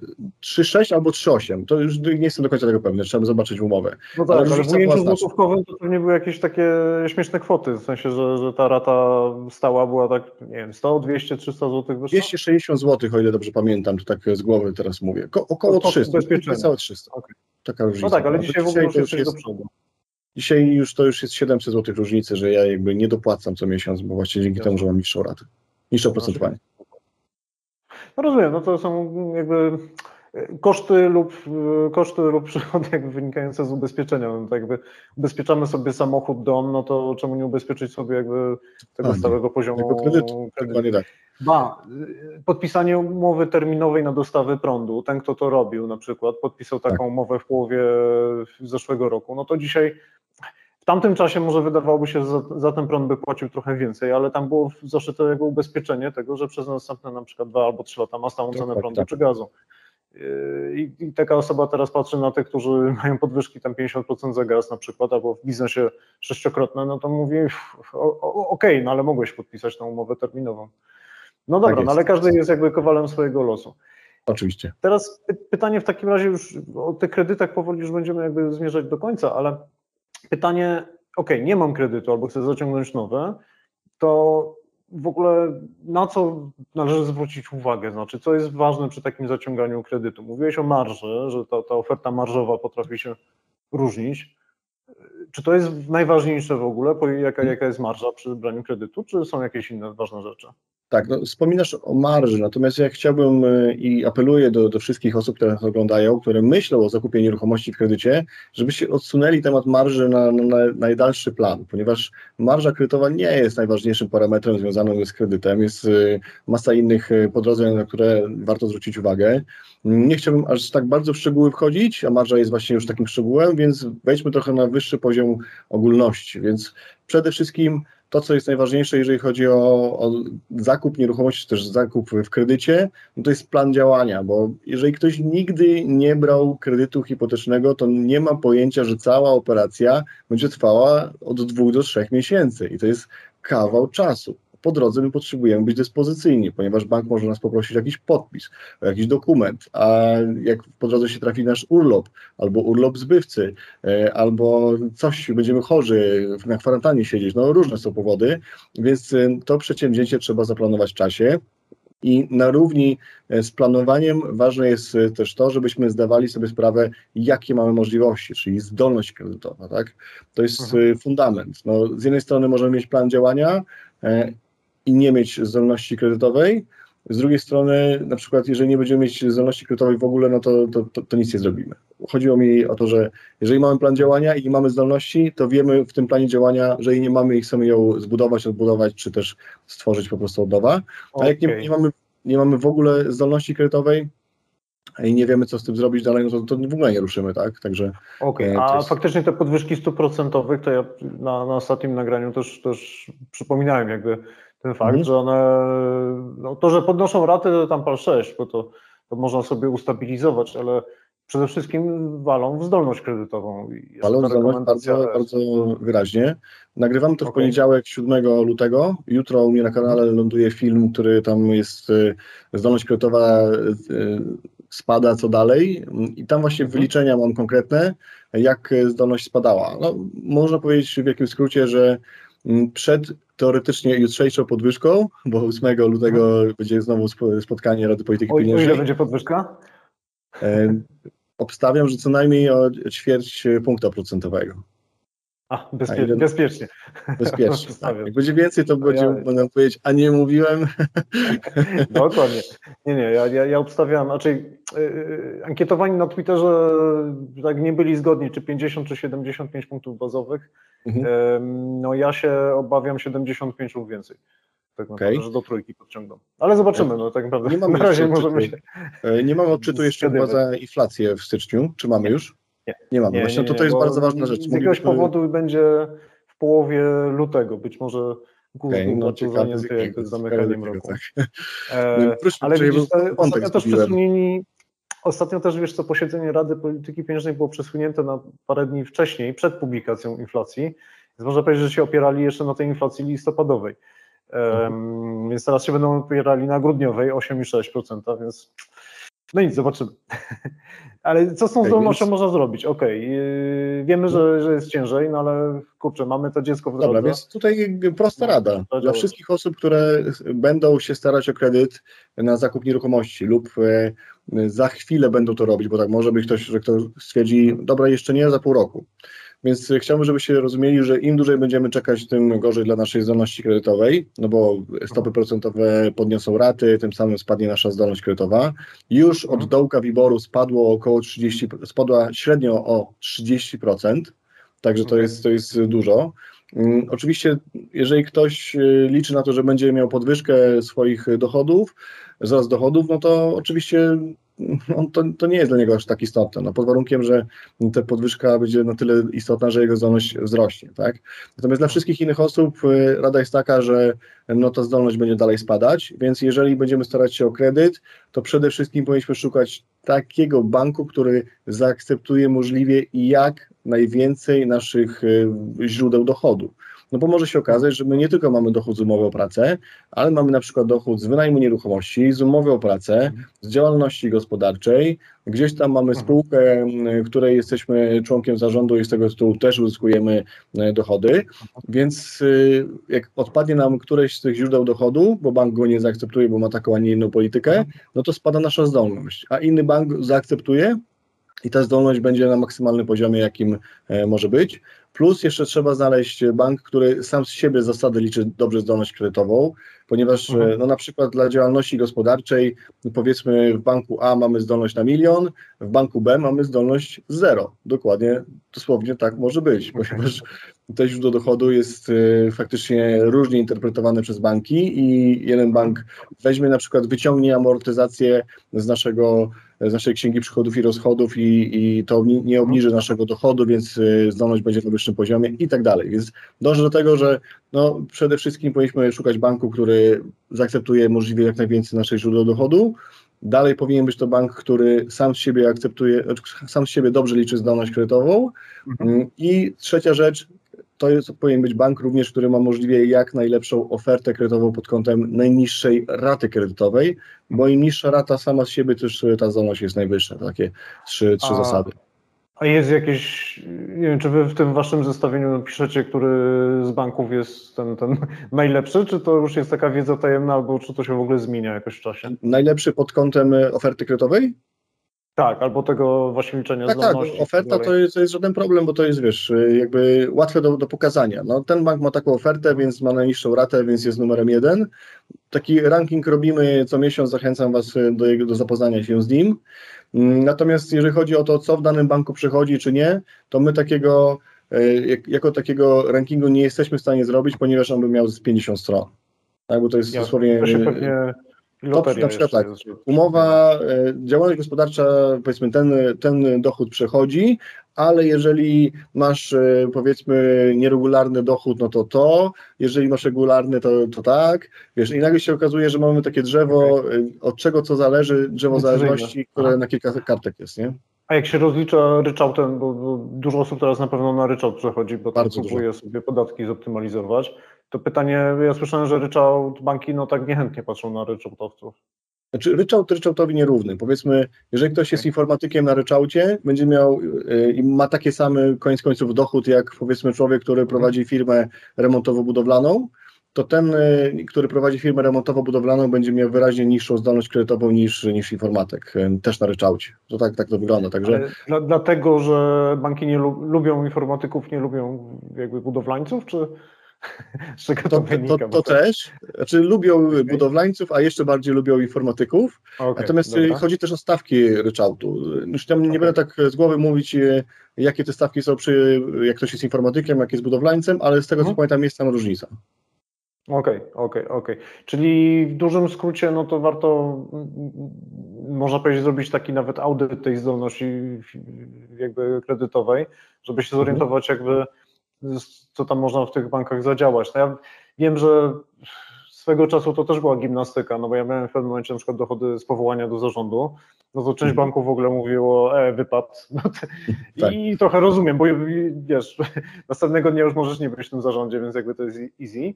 3,6 albo 3,8. To już nie jestem do końca tego pewny, trzeba zobaczyć umowę. No tak, ale w ujęciu złotówkowym to pewnie były jakieś takie śmieszne kwoty, w sensie, że ta rata stała była tak, nie wiem, 100, 200, 300 zł wyższa? 260 zł, o ile dobrze pamiętam, to tak z głowy teraz mówię. Około 300, niecałe 300. Okay. Taka różnica. No tak, ale dzisiaj w ogóle już jest do przodu. Dzisiaj to już jest 700 zł różnicy, że ja jakby nie dopłacam co miesiąc, bo właśnie dzięki temu, że mam niższą ratę, niższe oprocentowanie. No rozumiem, no to są jakby koszty lub przychody jakby wynikające z ubezpieczenia. No to jakby ubezpieczamy sobie samochód, dom, no to czemu nie ubezpieczyć sobie jakby tego stałego poziomu kredytu. Dokładnie tak. Podpisanie umowy terminowej na dostawę prądu, ten kto to robił na przykład, podpisał taką umowę w połowie zeszłego roku, no to dzisiaj w tamtym czasie może wydawałoby się, że za ten prąd by płacił trochę więcej, ale tam było zaszyte jakby ubezpieczenie tego, że przez następne na przykład 2 albo 3 lata ma stałą cenę prądu czy gazu. I taka osoba teraz patrzy na tych, którzy mają podwyżki tam 50% za gaz na przykład, albo w biznesie 6-krotne, no to mówi okej, no ale mogłeś podpisać tą umowę terminową. No dobra, tak no ale każdy jest jakby kowalem swojego losu. Oczywiście. Teraz pytanie w takim razie już o tych kredytach powoli już będziemy jakby zmierzać do końca, ale pytanie, nie mam kredytu albo chcę zaciągnąć nowe, to w ogóle na co należy zwrócić uwagę? Znaczy, co jest ważne przy takim zaciąganiu kredytu? Mówiłeś o marży, że ta oferta marżowa potrafi się różnić. Czy to jest najważniejsze w ogóle, jaka jest marża przy braniu kredytu, czy są jakieś inne ważne rzeczy? Tak, no, wspominasz o marży, natomiast ja chciałbym i apeluję do wszystkich osób, które nas oglądają, które myślą o zakupie nieruchomości w kredycie, żebyście odsunęli temat marży na najdalszy plan, ponieważ marża kredytowa nie jest najważniejszym parametrem związanym z kredytem. Jest masa innych po drodze, na które warto zwrócić uwagę. Nie chciałbym aż tak bardzo w szczegóły wchodzić, a marża jest właśnie już takim szczegółem, więc wejdźmy trochę na wyższy poziom ogólności. Więc przede wszystkim to, co jest najważniejsze, jeżeli chodzi o zakup nieruchomości, czy też zakup w kredycie, no to jest plan działania, bo jeżeli ktoś nigdy nie brał kredytu hipotecznego, to nie ma pojęcia, że cała operacja będzie trwała od 2 do 3 miesięcy i to jest kawał czasu. Po drodze my potrzebujemy być dyspozycyjni, ponieważ bank może nas poprosić o jakiś podpis, o jakiś dokument, a jak po drodze się trafi nasz urlop, albo urlop zbywcy, albo coś, będziemy chorzy, na kwarantannie siedzieć, no różne są powody, więc to przedsięwzięcie trzeba zaplanować w czasie. I na równi z planowaniem ważne jest też to, żebyśmy zdawali sobie sprawę, jakie mamy możliwości, czyli zdolność kredytowa, tak? To jest fundament. No, z jednej strony możemy mieć plan działania i nie mieć zdolności kredytowej, z drugiej strony, na przykład, jeżeli nie będziemy mieć zdolności kredytowej w ogóle, no to nic nie zrobimy. Chodziło mi o to, że jeżeli mamy plan działania i nie mamy zdolności, to wiemy w tym planie działania, że jej nie mamy i chcemy ją zbudować, odbudować, czy też stworzyć po prostu od nowa. A jak nie mamy w ogóle zdolności kredytowej i nie wiemy, co z tym zrobić dalej, no to w ogóle nie ruszymy, tak? Także. A faktycznie te podwyżki stóp procentowych, to ja na ostatnim nagraniu też przypominałem jakby ten fakt, że one, no to, że podnoszą raty, to tam PAL 6, bo to można sobie ustabilizować, ale przede wszystkim walą w zdolność kredytową. Walą w zdolność bardzo wyraźnie. Nagrywamy to w poniedziałek, 7 lutego. Jutro u mnie na kanale ląduje film, który tam jest zdolność kredytowa spada, co dalej. I tam właśnie wyliczenia mam konkretne, jak zdolność spadała. No, można powiedzieć w jakim skrócie, że przed teoretycznie jutrzejszą podwyżką, bo 8 lutego będzie znowu spotkanie Rady Polityki Pieniężnej. O ile będzie podwyżka? Obstawiam, że co najmniej o 0,25 punktu procentowego. Bezpiecznie. Bezpiecznie. Tak. Jak będzie więcej, to będę powiedzieć, a nie mówiłem. Dokładnie. Nie, ja obstawiam, ankietowani na Twitterze tak nie byli zgodni, czy 50, czy 75 punktów bazowych. No ja się obawiam 75 lub więcej. Tak naprawdę, że do 3 podciągną. Ale zobaczymy, no tak naprawdę. Na razie możemy się. Nie mamy odczytu jeszcze chyba za inflację w styczniu. Czy mamy już? Nie mamy. Właśnie to jest bardzo ważna rzecz. Z jakiegoś powodu będzie w połowie lutego, być może zajęty jakby zamykaniem roku. Tak. Ale widzisz, ostatnio też, wiesz co, posiedzenie Rady Polityki Pieniężnej było przesunięte na parę dni wcześniej, przed publikacją inflacji, więc można powiedzieć, że się opierali jeszcze na tej inflacji listopadowej. Więc teraz się będą opierali na grudniowej 8,6%, więc no nic, zobaczymy. Ale co z tą zdolnością można zrobić? Wiemy, że jest ciężej, no ale kurczę, mamy to dziecko w drodze. Dobra, więc tutaj prosta rada dla wszystkich osób, które będą się starać o kredyt na zakup nieruchomości lub za chwilę będą to robić, bo tak może być ktoś, że ktoś stwierdzi, dobra, jeszcze nie, za pół roku. Więc chciałbym, żebyście rozumieli, że im dłużej będziemy czekać, tym gorzej dla naszej zdolności kredytowej, no bo stopy procentowe podniosą raty, tym samym spadnie nasza zdolność kredytowa. Już od dołka WIBOR-u spadło spadła średnio o 30%, także to jest dużo. Oczywiście, jeżeli ktoś liczy na to, że będzie miał podwyżkę swoich dochodów, wzrost dochodów, no to oczywiście to nie jest dla niego aż tak istotne, no pod warunkiem, że ta podwyżka będzie na tyle istotna, że jego zdolność wzrośnie, tak? Natomiast dla wszystkich innych osób rada jest taka, że ta zdolność będzie dalej spadać, więc jeżeli będziemy starać się o kredyt, to przede wszystkim powinniśmy szukać takiego banku, który zaakceptuje możliwie jak najwięcej naszych źródeł dochodu. No bo może się okazać, że my nie tylko mamy dochód z umowy o pracę, ale mamy na przykład dochód z wynajmu nieruchomości, z umowy o pracę, z działalności gospodarczej, gdzieś tam mamy spółkę, której jesteśmy członkiem zarządu i z tego tytułu też uzyskujemy dochody, więc jak odpadnie nam któreś z tych źródeł dochodu, bo bank go nie zaakceptuje, bo ma taką, a nie inną politykę, no to spada nasza zdolność, a inny bank zaakceptuje i ta zdolność będzie na maksymalnym poziomie, jakim może być. plus jeszcze trzeba znaleźć bank, który sam z siebie z zasady liczy dobrze zdolność kredytową, ponieważ no na przykład dla działalności gospodarczej, powiedzmy w banku A mamy zdolność na 1 000 000, w banku B mamy zdolność 0. Dokładnie, dosłownie tak może być, ponieważ to źródło dochodu jest faktycznie różnie interpretowane przez banki i jeden bank weźmie na przykład, wyciągnie amortyzację z naszej księgi przychodów i rozchodów i to nie obniży naszego dochodu, więc zdolność będzie na wyższym poziomie i tak dalej. Więc dążę do tego, że no, przede wszystkim powinniśmy szukać banku, który zaakceptuje możliwie jak najwięcej naszych źródeł dochodu. Dalej powinien być to bank, który sam z siebie akceptuje, sam z siebie dobrze liczy zdolność kredytową. I trzecia rzecz, powinien być bank również, który ma możliwie jak najlepszą ofertę kredytową pod kątem najniższej raty kredytowej, bo im niższa rata sama z siebie, też ta zdolność jest najwyższa. Takie trzy zasady. A jest jakieś, nie wiem, czy wy w tym waszym zestawieniu piszecie, który z banków jest ten najlepszy, czy to już jest taka wiedza tajemna, albo czy to się w ogóle zmienia jakoś w czasie? Najlepszy pod kątem oferty kredytowej? Tak, albo tego właśnie liczenia zdolności. Tak, oferta to jest żaden problem, bo to jest, wiesz, jakby łatwe do pokazania. No, ten bank ma taką ofertę, więc ma najniższą ratę, więc jest numerem 1. Taki ranking robimy co miesiąc, zachęcam Was do zapoznania się z nim. Natomiast jeżeli chodzi o to, co w danym banku przychodzi, czy nie, to my jako takiego rankingu nie jesteśmy w stanie zrobić, ponieważ on by miał z 50 stron. Tak, bo to jest dosłownie... To się pewnie na przykład tak, umowa, działalność gospodarcza, powiedzmy ten dochód przechodzi, ale jeżeli masz powiedzmy nieregularny dochód, no to, jeżeli masz regularny, to tak, wiesz, i nagle się okazuje, że mamy takie drzewo, od czego co zależy, drzewo zależności, które na kilka kartek jest, nie? A jak się rozlicza ryczałtem, bo dużo osób teraz na pewno na ryczałt przechodzi, bo tam próbuje sobie podatki zoptymalizować, to pytanie, ja słyszałem, że ryczałt, banki no tak niechętnie patrzą na ryczałtowców. Znaczy ryczałt ryczałtowi nierówny. Powiedzmy, jeżeli ktoś jest informatykiem na ryczałcie, będzie miał i ma takie same koniec końców dochód, jak powiedzmy człowiek, który prowadzi firmę remontowo-budowlaną, to ten, który prowadzi firmę remontowo-budowlaną, będzie miał wyraźnie niższą zdolność kredytową niż informatyk, też na ryczałcie. To tak to wygląda. Także... Dlatego, że banki nie lubią informatyków, nie lubią jakby budowlańców, czy z czego to wynika? To też. Znaczy lubią budowlańców, a jeszcze bardziej lubią informatyków. Natomiast chodzi też o stawki ryczałtu. Już tam nie będę tak z głowy mówić, jakie te stawki są jak ktoś jest informatykiem, jak jest budowlańcem, ale z tego co pamiętam jest tam różnica. Okej. Czyli w dużym skrócie, no to warto, można powiedzieć, zrobić taki nawet audyt tej zdolności jakby kredytowej, żeby się zorientować jakby, co tam można w tych bankach zadziałać. No ja wiem, że swego czasu to też była gimnastyka, no bo ja miałem w pewnym momencie na przykład dochody z powołania do zarządu, no to część banków w ogóle mówiło, wypad. No i trochę rozumiem, bo wiesz, następnego dnia już możesz nie być w tym zarządzie, więc jakby to jest easy.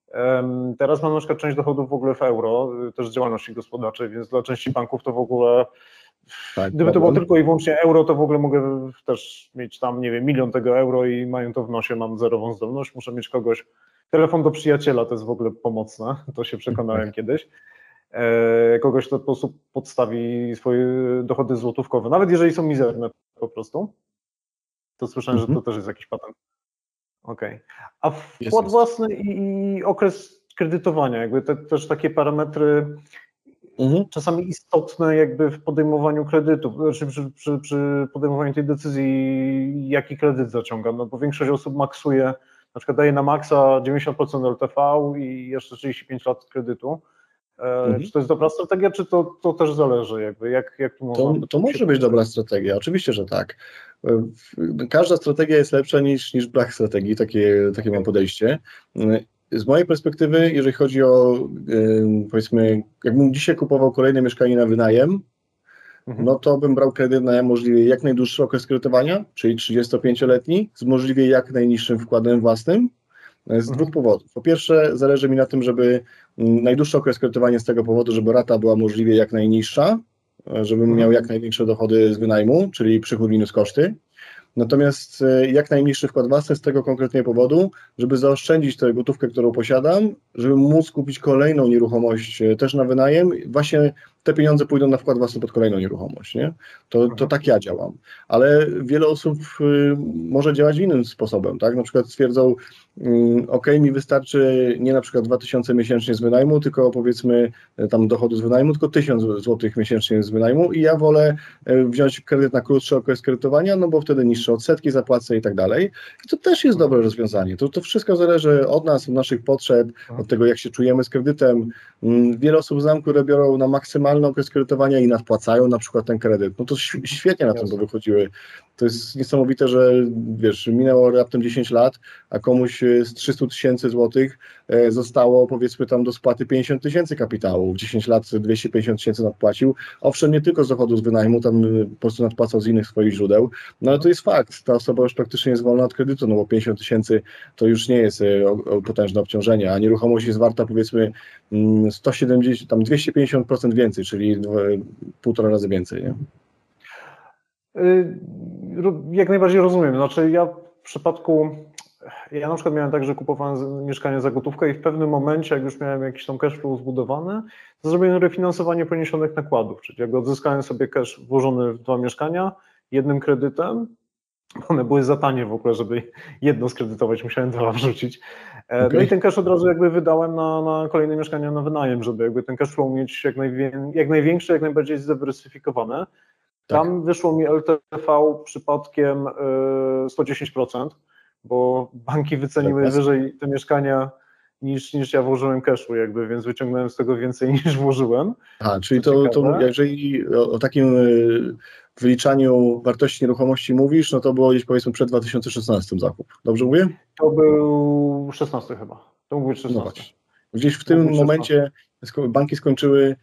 Teraz mam na przykład część dochodów w ogóle w euro, też z działalności gospodarczej, więc dla części banków to w ogóle, gdyby to było tylko i wyłącznie euro, to w ogóle mogę też mieć tam, nie wiem, 1 000 000 tego euro i mają to w nosie, mam zerową zdolność, muszę mieć kogoś, telefon do przyjaciela, to jest w ogóle pomocne, to się przekonałem kiedyś, kogoś, kto w sposób podstawi swoje dochody złotówkowe, nawet jeżeli są mizerne po prostu, to słyszałem, że to też jest jakiś patent. Okej. A wkład własny i okres kredytowania, jakby też takie parametry czasami istotne jakby w podejmowaniu kredytu, przy podejmowaniu tej decyzji, jaki kredyt zaciąga, no bo większość osób maksuje, na przykład daje na maksa 90% LTV i jeszcze 35 lat kredytu. Czy to jest dobra strategia, czy to też zależy? Jakby, jak tu można to może być dobra strategia, oczywiście, że tak. Każda strategia jest lepsza niż brak strategii, takie mam podejście. Z mojej perspektywy, jeżeli chodzi o, powiedzmy, jakbym dzisiaj kupował kolejne mieszkanie na wynajem, no to bym brał kredyt na możliwie jak najdłuższy okres kredytowania, czyli 35-letni, z możliwie jak najniższym wkładem własnym. Z dwóch powodów. Po pierwsze, zależy mi na tym, żeby najdłuższy okres kredytowania z tego powodu, żeby rata była możliwie jak najniższa, żebym miał jak największe dochody z wynajmu, czyli przychód minus koszty. Natomiast jak najniższy wkład własny z tego konkretnie powodu, żeby zaoszczędzić tę gotówkę, którą posiadam żeby móc kupić kolejną nieruchomość też na wynajem, właśnie te pieniądze pójdą na wkład własny pod kolejną nieruchomość, nie? To tak ja działam. Ale wiele osób może działać innym sposobem, tak? Na przykład stwierdzą, ok, mi wystarczy nie na przykład 2000 miesięcznie z wynajmu, tylko powiedzmy tam dochodu z wynajmu, tylko 1000 zł miesięcznie z wynajmu i ja wolę wziąć kredyt na krótszy okres kredytowania, no bo wtedy niższe odsetki zapłacę i tak dalej. I to też jest dobre rozwiązanie. To wszystko zależy od nas, od naszych potrzeb, od tego, jak się czujemy z kredytem. Wiele osób znam, które biorą na maksymalny okres kredytowania i nadpłacają na przykład ten kredyt. No to świetnie na tym to wychodziły. To jest niesamowite, że wiesz, minęło raptem 10 lat, a komuś z 300 000 złotych zostało powiedzmy tam do spłaty 50 000 kapitału. W 10 lat 250 000 nadpłacił. Owszem, nie tylko z dochodu z wynajmu, tam po prostu nadpłacał z innych swoich źródeł, no ale to jest fakt. Ta osoba już praktycznie jest wolna od kredytu, no bo 50 000 to już nie jest potężne obciążenie, a nieruchomość jest warta powiedzmy 170, tam 250% więcej, czyli 1,5 razy więcej, nie? Jak najbardziej rozumiem. Znaczy ja na przykład miałem tak, że kupowałem mieszkanie za gotówkę i w pewnym momencie, jak już miałem jakiś tam cash flow zbudowany, to zrobiłem refinansowanie poniesionych nakładów, czyli jakby odzyskałem sobie cash włożony w 2 mieszkania jednym kredytem. One były za tanie w ogóle, żeby jedno skredytować, musiałem 2 wrzucić. No i ten cash od razu jakby wydałem na kolejne mieszkania na wynajem, żeby jakby ten cash flow mieć jak największy, jak najbardziej zdywersyfikowany. Tam wyszło mi LTV przypadkiem 110%, bo banki wyceniły wyżej te mieszkania niż ja włożyłem cashu jakby, więc wyciągnąłem z tego więcej niż włożyłem. Czyli to jeżeli o takim wyliczaniu wartości nieruchomości mówisz, no to było gdzieś powiedzmy przed 2016 zakup. Dobrze mówię? To był 16 chyba. To mógł być 16. No gdzieś w tym momencie banki skończyły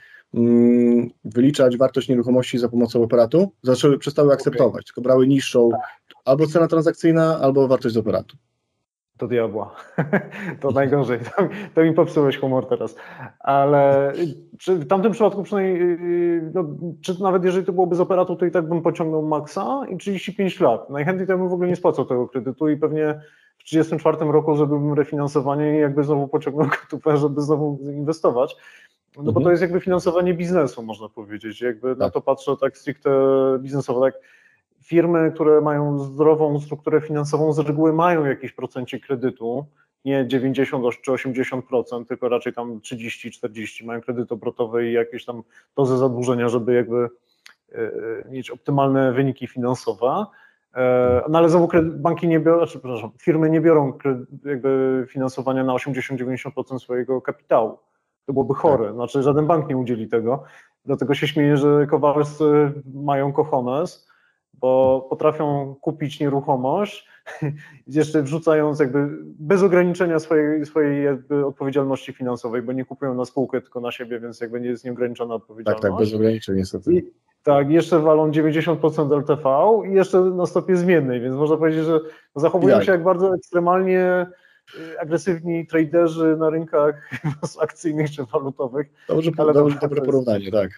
wyliczać wartość nieruchomości za pomocą operatu, przestały akceptować, tylko brały niższą albo cena transakcyjna, albo wartość z operatu. To diabła. To najgorzej. To mi popsułeś humor teraz. Ale w tamtym przypadku przynajmniej, no, czy nawet jeżeli to byłoby z operatu, to i tak bym pociągnął maksa i 35 lat. Najchętniej to bym w ogóle nie spłacał tego kredytu i pewnie w 34 roku zrobiłbym refinansowanie i jakby znowu pociągnął gotówkę, żeby znowu inwestować. No bo to jest jakby finansowanie biznesu, można powiedzieć. Jakby na to patrzę tak stricte biznesowo. Tak. Firmy, które mają zdrową strukturę finansową, z reguły mają jakiś procencik kredytu, nie 90 czy 80%, tylko raczej tam 30-40 mają kredyt obrotowy i jakieś tam dozy zadłużenia, żeby jakby mieć optymalne wyniki finansowe. No ale znowu banki nie biorą, firmy nie biorą jakby finansowania na 80-90% swojego kapitału. To byłoby chore, znaczy żaden bank nie udzieli tego. Dlatego się śmieję, że kowalscy mają cojones, bo potrafią kupić nieruchomość, jeszcze wrzucając jakby bez ograniczenia swojej jakby odpowiedzialności finansowej, bo nie kupują na spółkę, tylko na siebie, więc jakby nie jest nieograniczona odpowiedzialność. Tak, bez ograniczeń niestety. Jeszcze walą 90% LTV i jeszcze na stopie zmiennej, więc można powiedzieć, że zachowują się jak bardzo ekstremalnie agresywni traderzy na rynkach akcyjnych czy walutowych. Dobre porównanie, tak.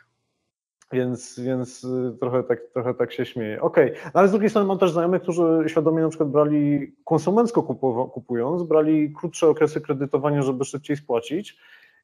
Więc trochę tak się śmieję. Okej. No ale z drugiej strony mam też znajomych, którzy świadomie na przykład brali konsumencko kupując, brali krótsze okresy kredytowania, żeby szybciej spłacić.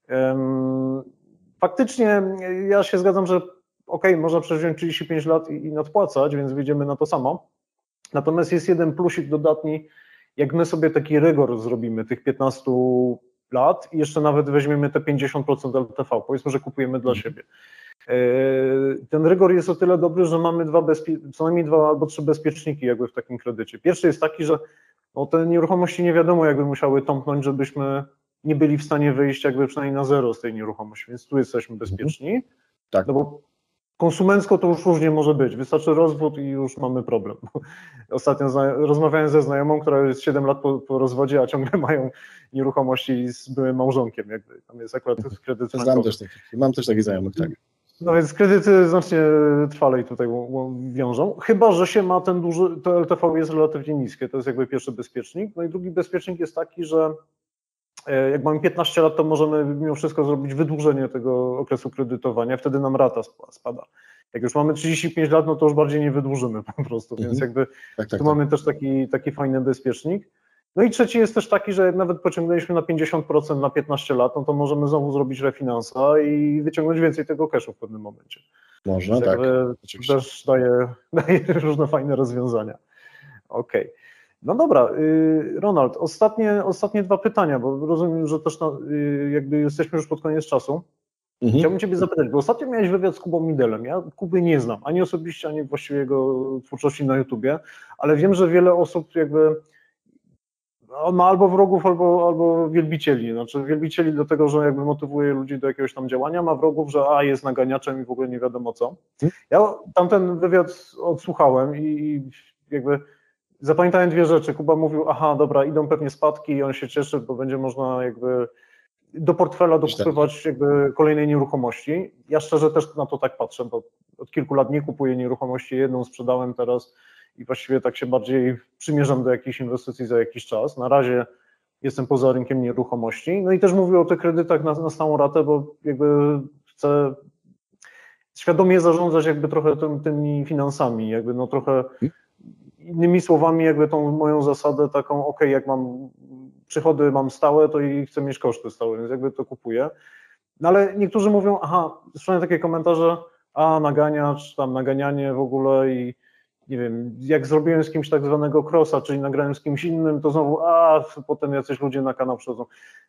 Faktycznie ja się zgadzam, że można przewziąć 35 lat i nadpłacać, więc wyjdziemy na to samo. Natomiast jest jeden plusik dodatni, jak my sobie taki rygor zrobimy tych 15 lat i jeszcze nawet weźmiemy te 50% LTV, powiedzmy, że kupujemy dla siebie. Ten rygor jest o tyle dobry, że mamy co najmniej 2 albo 3 bezpieczniki jakby w takim kredycie. Pierwszy jest taki, że te nieruchomości nie wiadomo jakby musiały tąpnąć, żebyśmy nie byli w stanie wyjść jakby przynajmniej na zero z tej nieruchomości, więc tu jesteśmy bezpieczni. Tak. No bo konsumencko to już różnie może być, wystarczy rozwód i już mamy problem. Ostatnio rozmawiałem ze znajomą, która jest 7 lat po rozwodzie, a ciągle mają nieruchomości z byłym małżonkiem, jakby tam jest akurat kredyt frankowy. Mam też takich znajomych, tak. No więc kredyty znacznie trwalej tutaj wiążą, chyba że się ma ten duży, to LTV jest relatywnie niskie, to jest jakby pierwszy bezpiecznik. No i drugi bezpiecznik jest taki, że jak mamy 15 lat, to możemy mimo wszystko zrobić wydłużenie tego okresu kredytowania, wtedy nam rata spada. Jak już mamy 35 lat, no to już bardziej nie wydłużymy po prostu, więc jakby tu mamy też taki fajny bezpiecznik. No i trzeci jest też taki, że jak nawet pociągnęliśmy na 50% na 15 lat, no to możemy znowu zrobić refinansa i wyciągnąć więcej tego cashu w pewnym momencie. Można, tak. Też daje różne fajne rozwiązania. Okej. No dobra, Ronald, ostatnie dwa pytania, bo rozumiem, że też jakby jesteśmy już pod koniec czasu. Chciałbym Ciebie zapytać, bo ostatnio miałeś wywiad z Kubą Midelem. Ja Kuby nie znam, ani osobiście, ani właściwie jego twórczości na YouTubie, ale wiem, że wiele osób jakby on ma albo wrogów, albo wielbicieli. Znaczy wielbicieli do tego, że jakby motywuje ludzi do jakiegoś tam działania, ma wrogów, że jest naganiaczem i w ogóle nie wiadomo co. Ja tamten wywiad odsłuchałem i jakby zapamiętałem dwie rzeczy. Kuba mówił, aha, dobra, idą pewnie spadki i on się cieszy, bo będzie można jakby do portfela dokupywać jakby kolejnej nieruchomości. Ja szczerze też na to tak patrzę, bo od kilku lat nie kupuję nieruchomości, jedną sprzedałem teraz i właściwie tak się bardziej przymierzam do jakichś inwestycji za jakiś czas. Na razie jestem poza rynkiem nieruchomości. No i też mówię o tych kredytach na stałą ratę, bo jakby chcę świadomie zarządzać jakby trochę tymi finansami, jakby no trochę innymi słowami jakby tą moją zasadę taką, jak mam przychody mam stałe, to i chcę mieć koszty stałe, więc jakby to kupuję. No ale niektórzy mówią, słyszałem takie komentarze, naganiacz, tam naganianie w ogóle i nie wiem, jak zrobiłem z kimś tak zwanego crossa, czyli nagrałem z kimś innym, to znowu, potem jacyś ludzie na kanał przychodzą.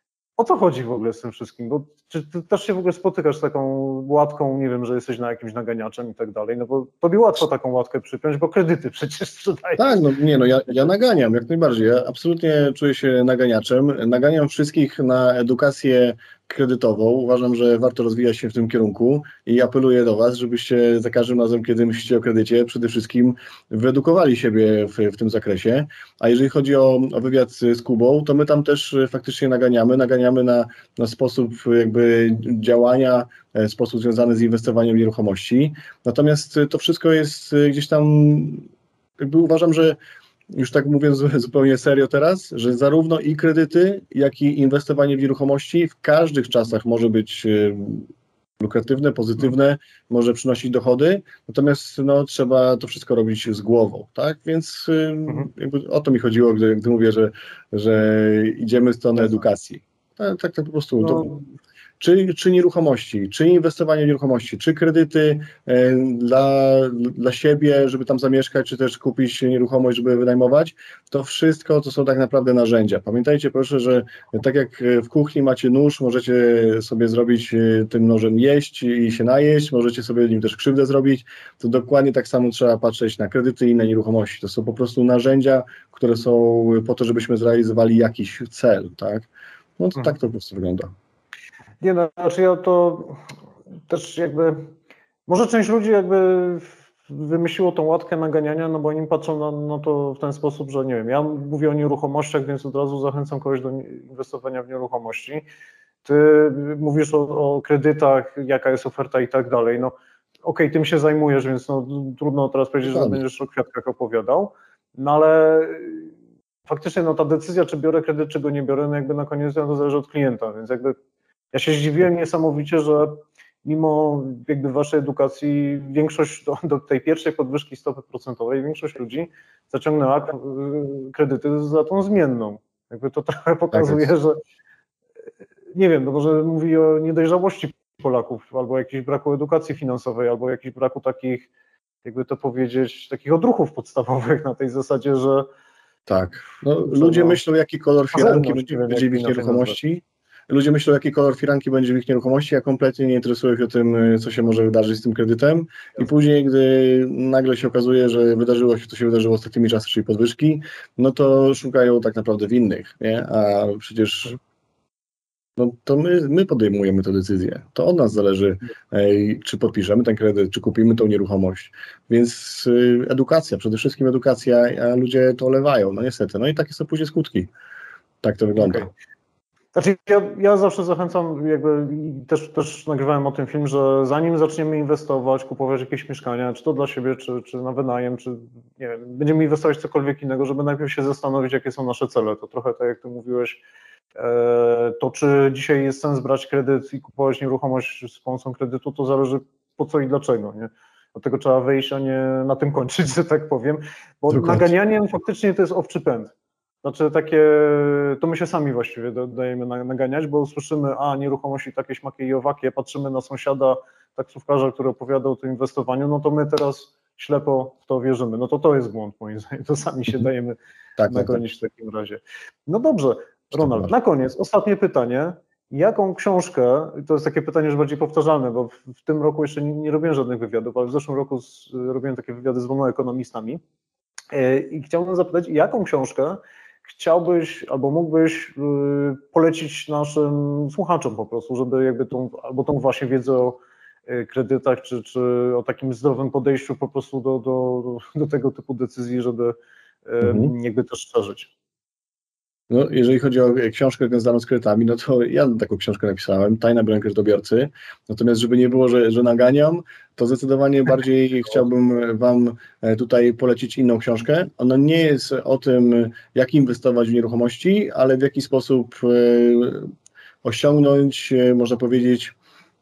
O co chodzi w ogóle z tym wszystkim? Bo czy ty też się w ogóle spotykasz z taką łatką, nie wiem, że jesteś na jakimś naganiaczem i tak dalej, no bo tobie łatwo taką łatkę przypiąć, bo kredyty przecież sprzedajesz. Tak, ja naganiam jak najbardziej. Ja absolutnie czuję się naganiaczem. Naganiam wszystkich na edukację kredytową. Uważam, że warto rozwijać się w tym kierunku i apeluję do Was, żebyście za każdym razem, kiedy myślicie o kredycie, przede wszystkim wyedukowali siebie w tym zakresie. A jeżeli chodzi o wywiad z Kubą, to my tam też faktycznie naganiamy na sposób jakby działania, sposób związany z inwestowaniem w nieruchomości. Natomiast to wszystko jest gdzieś tam, jakby uważam, że już tak mówiąc zupełnie serio teraz, że zarówno i kredyty, jak i inwestowanie w nieruchomości w każdych czasach może być lukratywne, pozytywne, może przynosić dochody, natomiast trzeba to wszystko robić z głową, tak? Więc jakby o to mi chodziło, gdy mówię, że idziemy w stronę edukacji. Tak po prostu. Czy nieruchomości, czy inwestowanie w nieruchomości, czy kredyty dla siebie, żeby tam zamieszkać, czy też kupić nieruchomość, żeby wynajmować, to wszystko to są tak naprawdę narzędzia. Pamiętajcie proszę, że tak jak w kuchni macie nóż, możecie sobie zrobić tym nożem jeść i się najeść, możecie sobie nim też krzywdę zrobić, to dokładnie tak samo trzeba patrzeć na kredyty i na nieruchomości. To są po prostu narzędzia, które są po to, żebyśmy zrealizowali jakiś cel, tak? No to tak to po prostu wygląda. Nie, znaczy ja to też jakby, może część ludzi jakby wymyśliło tą łatkę naganiania, no bo oni patrzą na to w ten sposób, że nie wiem, ja mówię o nieruchomościach, więc od razu zachęcam kogoś do inwestowania w nieruchomości. Ty mówisz o kredytach, jaka jest oferta i tak dalej, no tym się zajmujesz, więc trudno teraz powiedzieć, że będziesz o kwiatkach opowiadał, no ale faktycznie ta decyzja, czy biorę kredyt, czy go nie biorę, no jakby na koniec to zależy od klienta, więc jakby ja się zdziwiłem niesamowicie, że mimo jakby waszej edukacji większość do tej pierwszej podwyżki stopy procentowej, większość ludzi zaciągnęła kredyty za tą zmienną. Jakby to trochę pokazuje, że nie wiem, no może mówi o niedojrzałości Polaków, albo jakimś braku edukacji finansowej, albo jakimś braku takich, jakby to powiedzieć, takich odruchów podstawowych na tej zasadzie, że tak. Ludzie myślą, jaki kolor firanki będzie w ich nieruchomości. Ludzie myślą, jaki kolor firanki będzie w ich nieruchomości, a kompletnie nie interesują się tym, co się może wydarzyć z tym kredytem. I później, gdy nagle się okazuje, że wydarzyło się, co się wydarzyło ostatnimi czasy, czyli podwyżki, no to szukają tak naprawdę winnych, nie? A przecież to my podejmujemy tę decyzję. To od nas zależy, czy podpiszemy ten kredyt, czy kupimy tą nieruchomość. Więc edukacja, przede wszystkim edukacja, a ludzie to olewają, no niestety. No i takie są później skutki. Tak to wygląda. Okay. Znaczy ja zawsze zachęcam, jakby też nagrywałem o tym film, że zanim zaczniemy inwestować, kupować jakieś mieszkania, czy to dla siebie, czy na wynajem, czy nie wiem, będziemy inwestować w cokolwiek innego, żeby najpierw się zastanowić, jakie są nasze cele. To trochę tak jak ty mówiłeś, to czy dzisiaj jest sens brać kredyt i kupować nieruchomość z pomocą kredytu, to zależy po co i dlaczego, nie? Do tego trzeba wejść, a nie na tym kończyć, że tak powiem, bo naganianiem faktycznie to jest owczy pęd. Znaczy takie, to my się sami właściwie dajemy naganiać, bo słyszymy, a nieruchomości takie, śmakie i owakie, patrzymy na sąsiada, taksówkarza, który opowiada o tym inwestowaniu, no to my teraz ślepo w to wierzymy. No to jest błąd moim zdaniem, to sami się dajemy Tak. nagonić w takim razie. No dobrze, Tak Ronald, na koniec ostatnie pytanie. Jaką książkę, to jest takie pytanie już bardziej powtarzalne, bo w tym roku jeszcze nie robiłem żadnych wywiadów, ale w zeszłym roku robiłem takie wywiady z dwoma ekonomistami i chciałbym zapytać, jaką książkę chciałbyś albo mógłbyś polecić naszym słuchaczom po prostu, żeby jakby tą właśnie wiedzę o kredytach, czy o takim zdrowym podejściu po prostu do tego typu decyzji, żeby jakby też szerzyć. No, jeżeli chodzi o książkę związaną z kredytami, no to ja taką książkę napisałem, Tajna broń kredytobiorcy. Natomiast żeby nie było, że naganiam, to zdecydowanie bardziej chciałbym Wam tutaj polecić inną książkę. Ona nie jest o tym, jak inwestować w nieruchomości, ale w jaki sposób osiągnąć, można powiedzieć,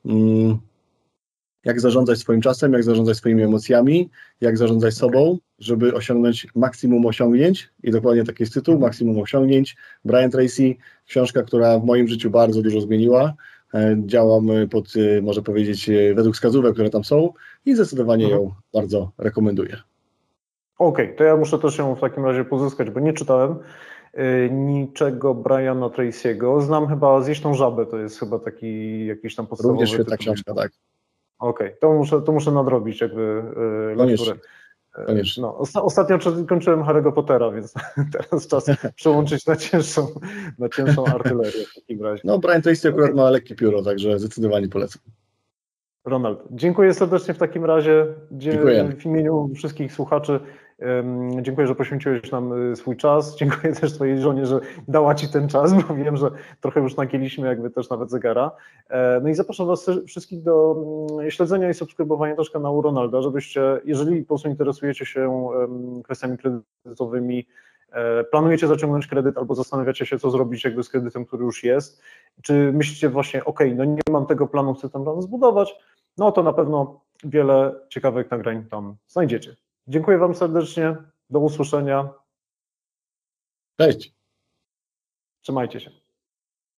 jak zarządzać swoim czasem, jak zarządzać swoimi emocjami, jak zarządzać sobą, żeby osiągnąć maksimum osiągnięć. I dokładnie taki jest tytuł, Maksimum osiągnięć. Brian Tracy, książka, która w moim życiu bardzo dużo zmieniła. Działam można powiedzieć, według wskazówek, które tam są i zdecydowanie ją bardzo rekomenduję. Okej, to ja muszę też ją w takim razie pozyskać, bo nie czytałem niczego Briana Tracy'ego. Znam chyba Zjeść tą żabę, to jest chyba taki jakiś tam podstawowy Również świetna tytuł. książka, tak. Okej, to muszę nadrobić jakby lekturę. Koniecznie. No, ostatnio kończyłem Harry'ego Pottera, więc teraz czas przełączyć na cięższą artylerię w takim razie. No, Brian Tracy akurat ma lekkie pióro, także zdecydowanie polecam. Ronald, dziękuję serdecznie w takim razie. Dziękuję. W imieniu wszystkich słuchaczy dziękuję, że poświęciłeś nam swój czas. Dziękuję też twojej żonie, że dała ci ten czas, bo wiem, że trochę już nagięliśmy jakby też nawet zegara. No i zapraszam was wszystkich do śledzenia i subskrybowania też kanału Ronalda, żebyście, jeżeli po prostu interesujecie się kwestiami kredytowymi, planujecie zaciągnąć kredyt albo zastanawiacie się, co zrobić jakby z kredytem, który już jest, czy myślicie właśnie, no nie mam tego planu, chcę ten plan zbudować, no to na pewno wiele ciekawych nagrań tam znajdziecie. Dziękuję wam serdecznie, do usłyszenia. Cześć. Trzymajcie się.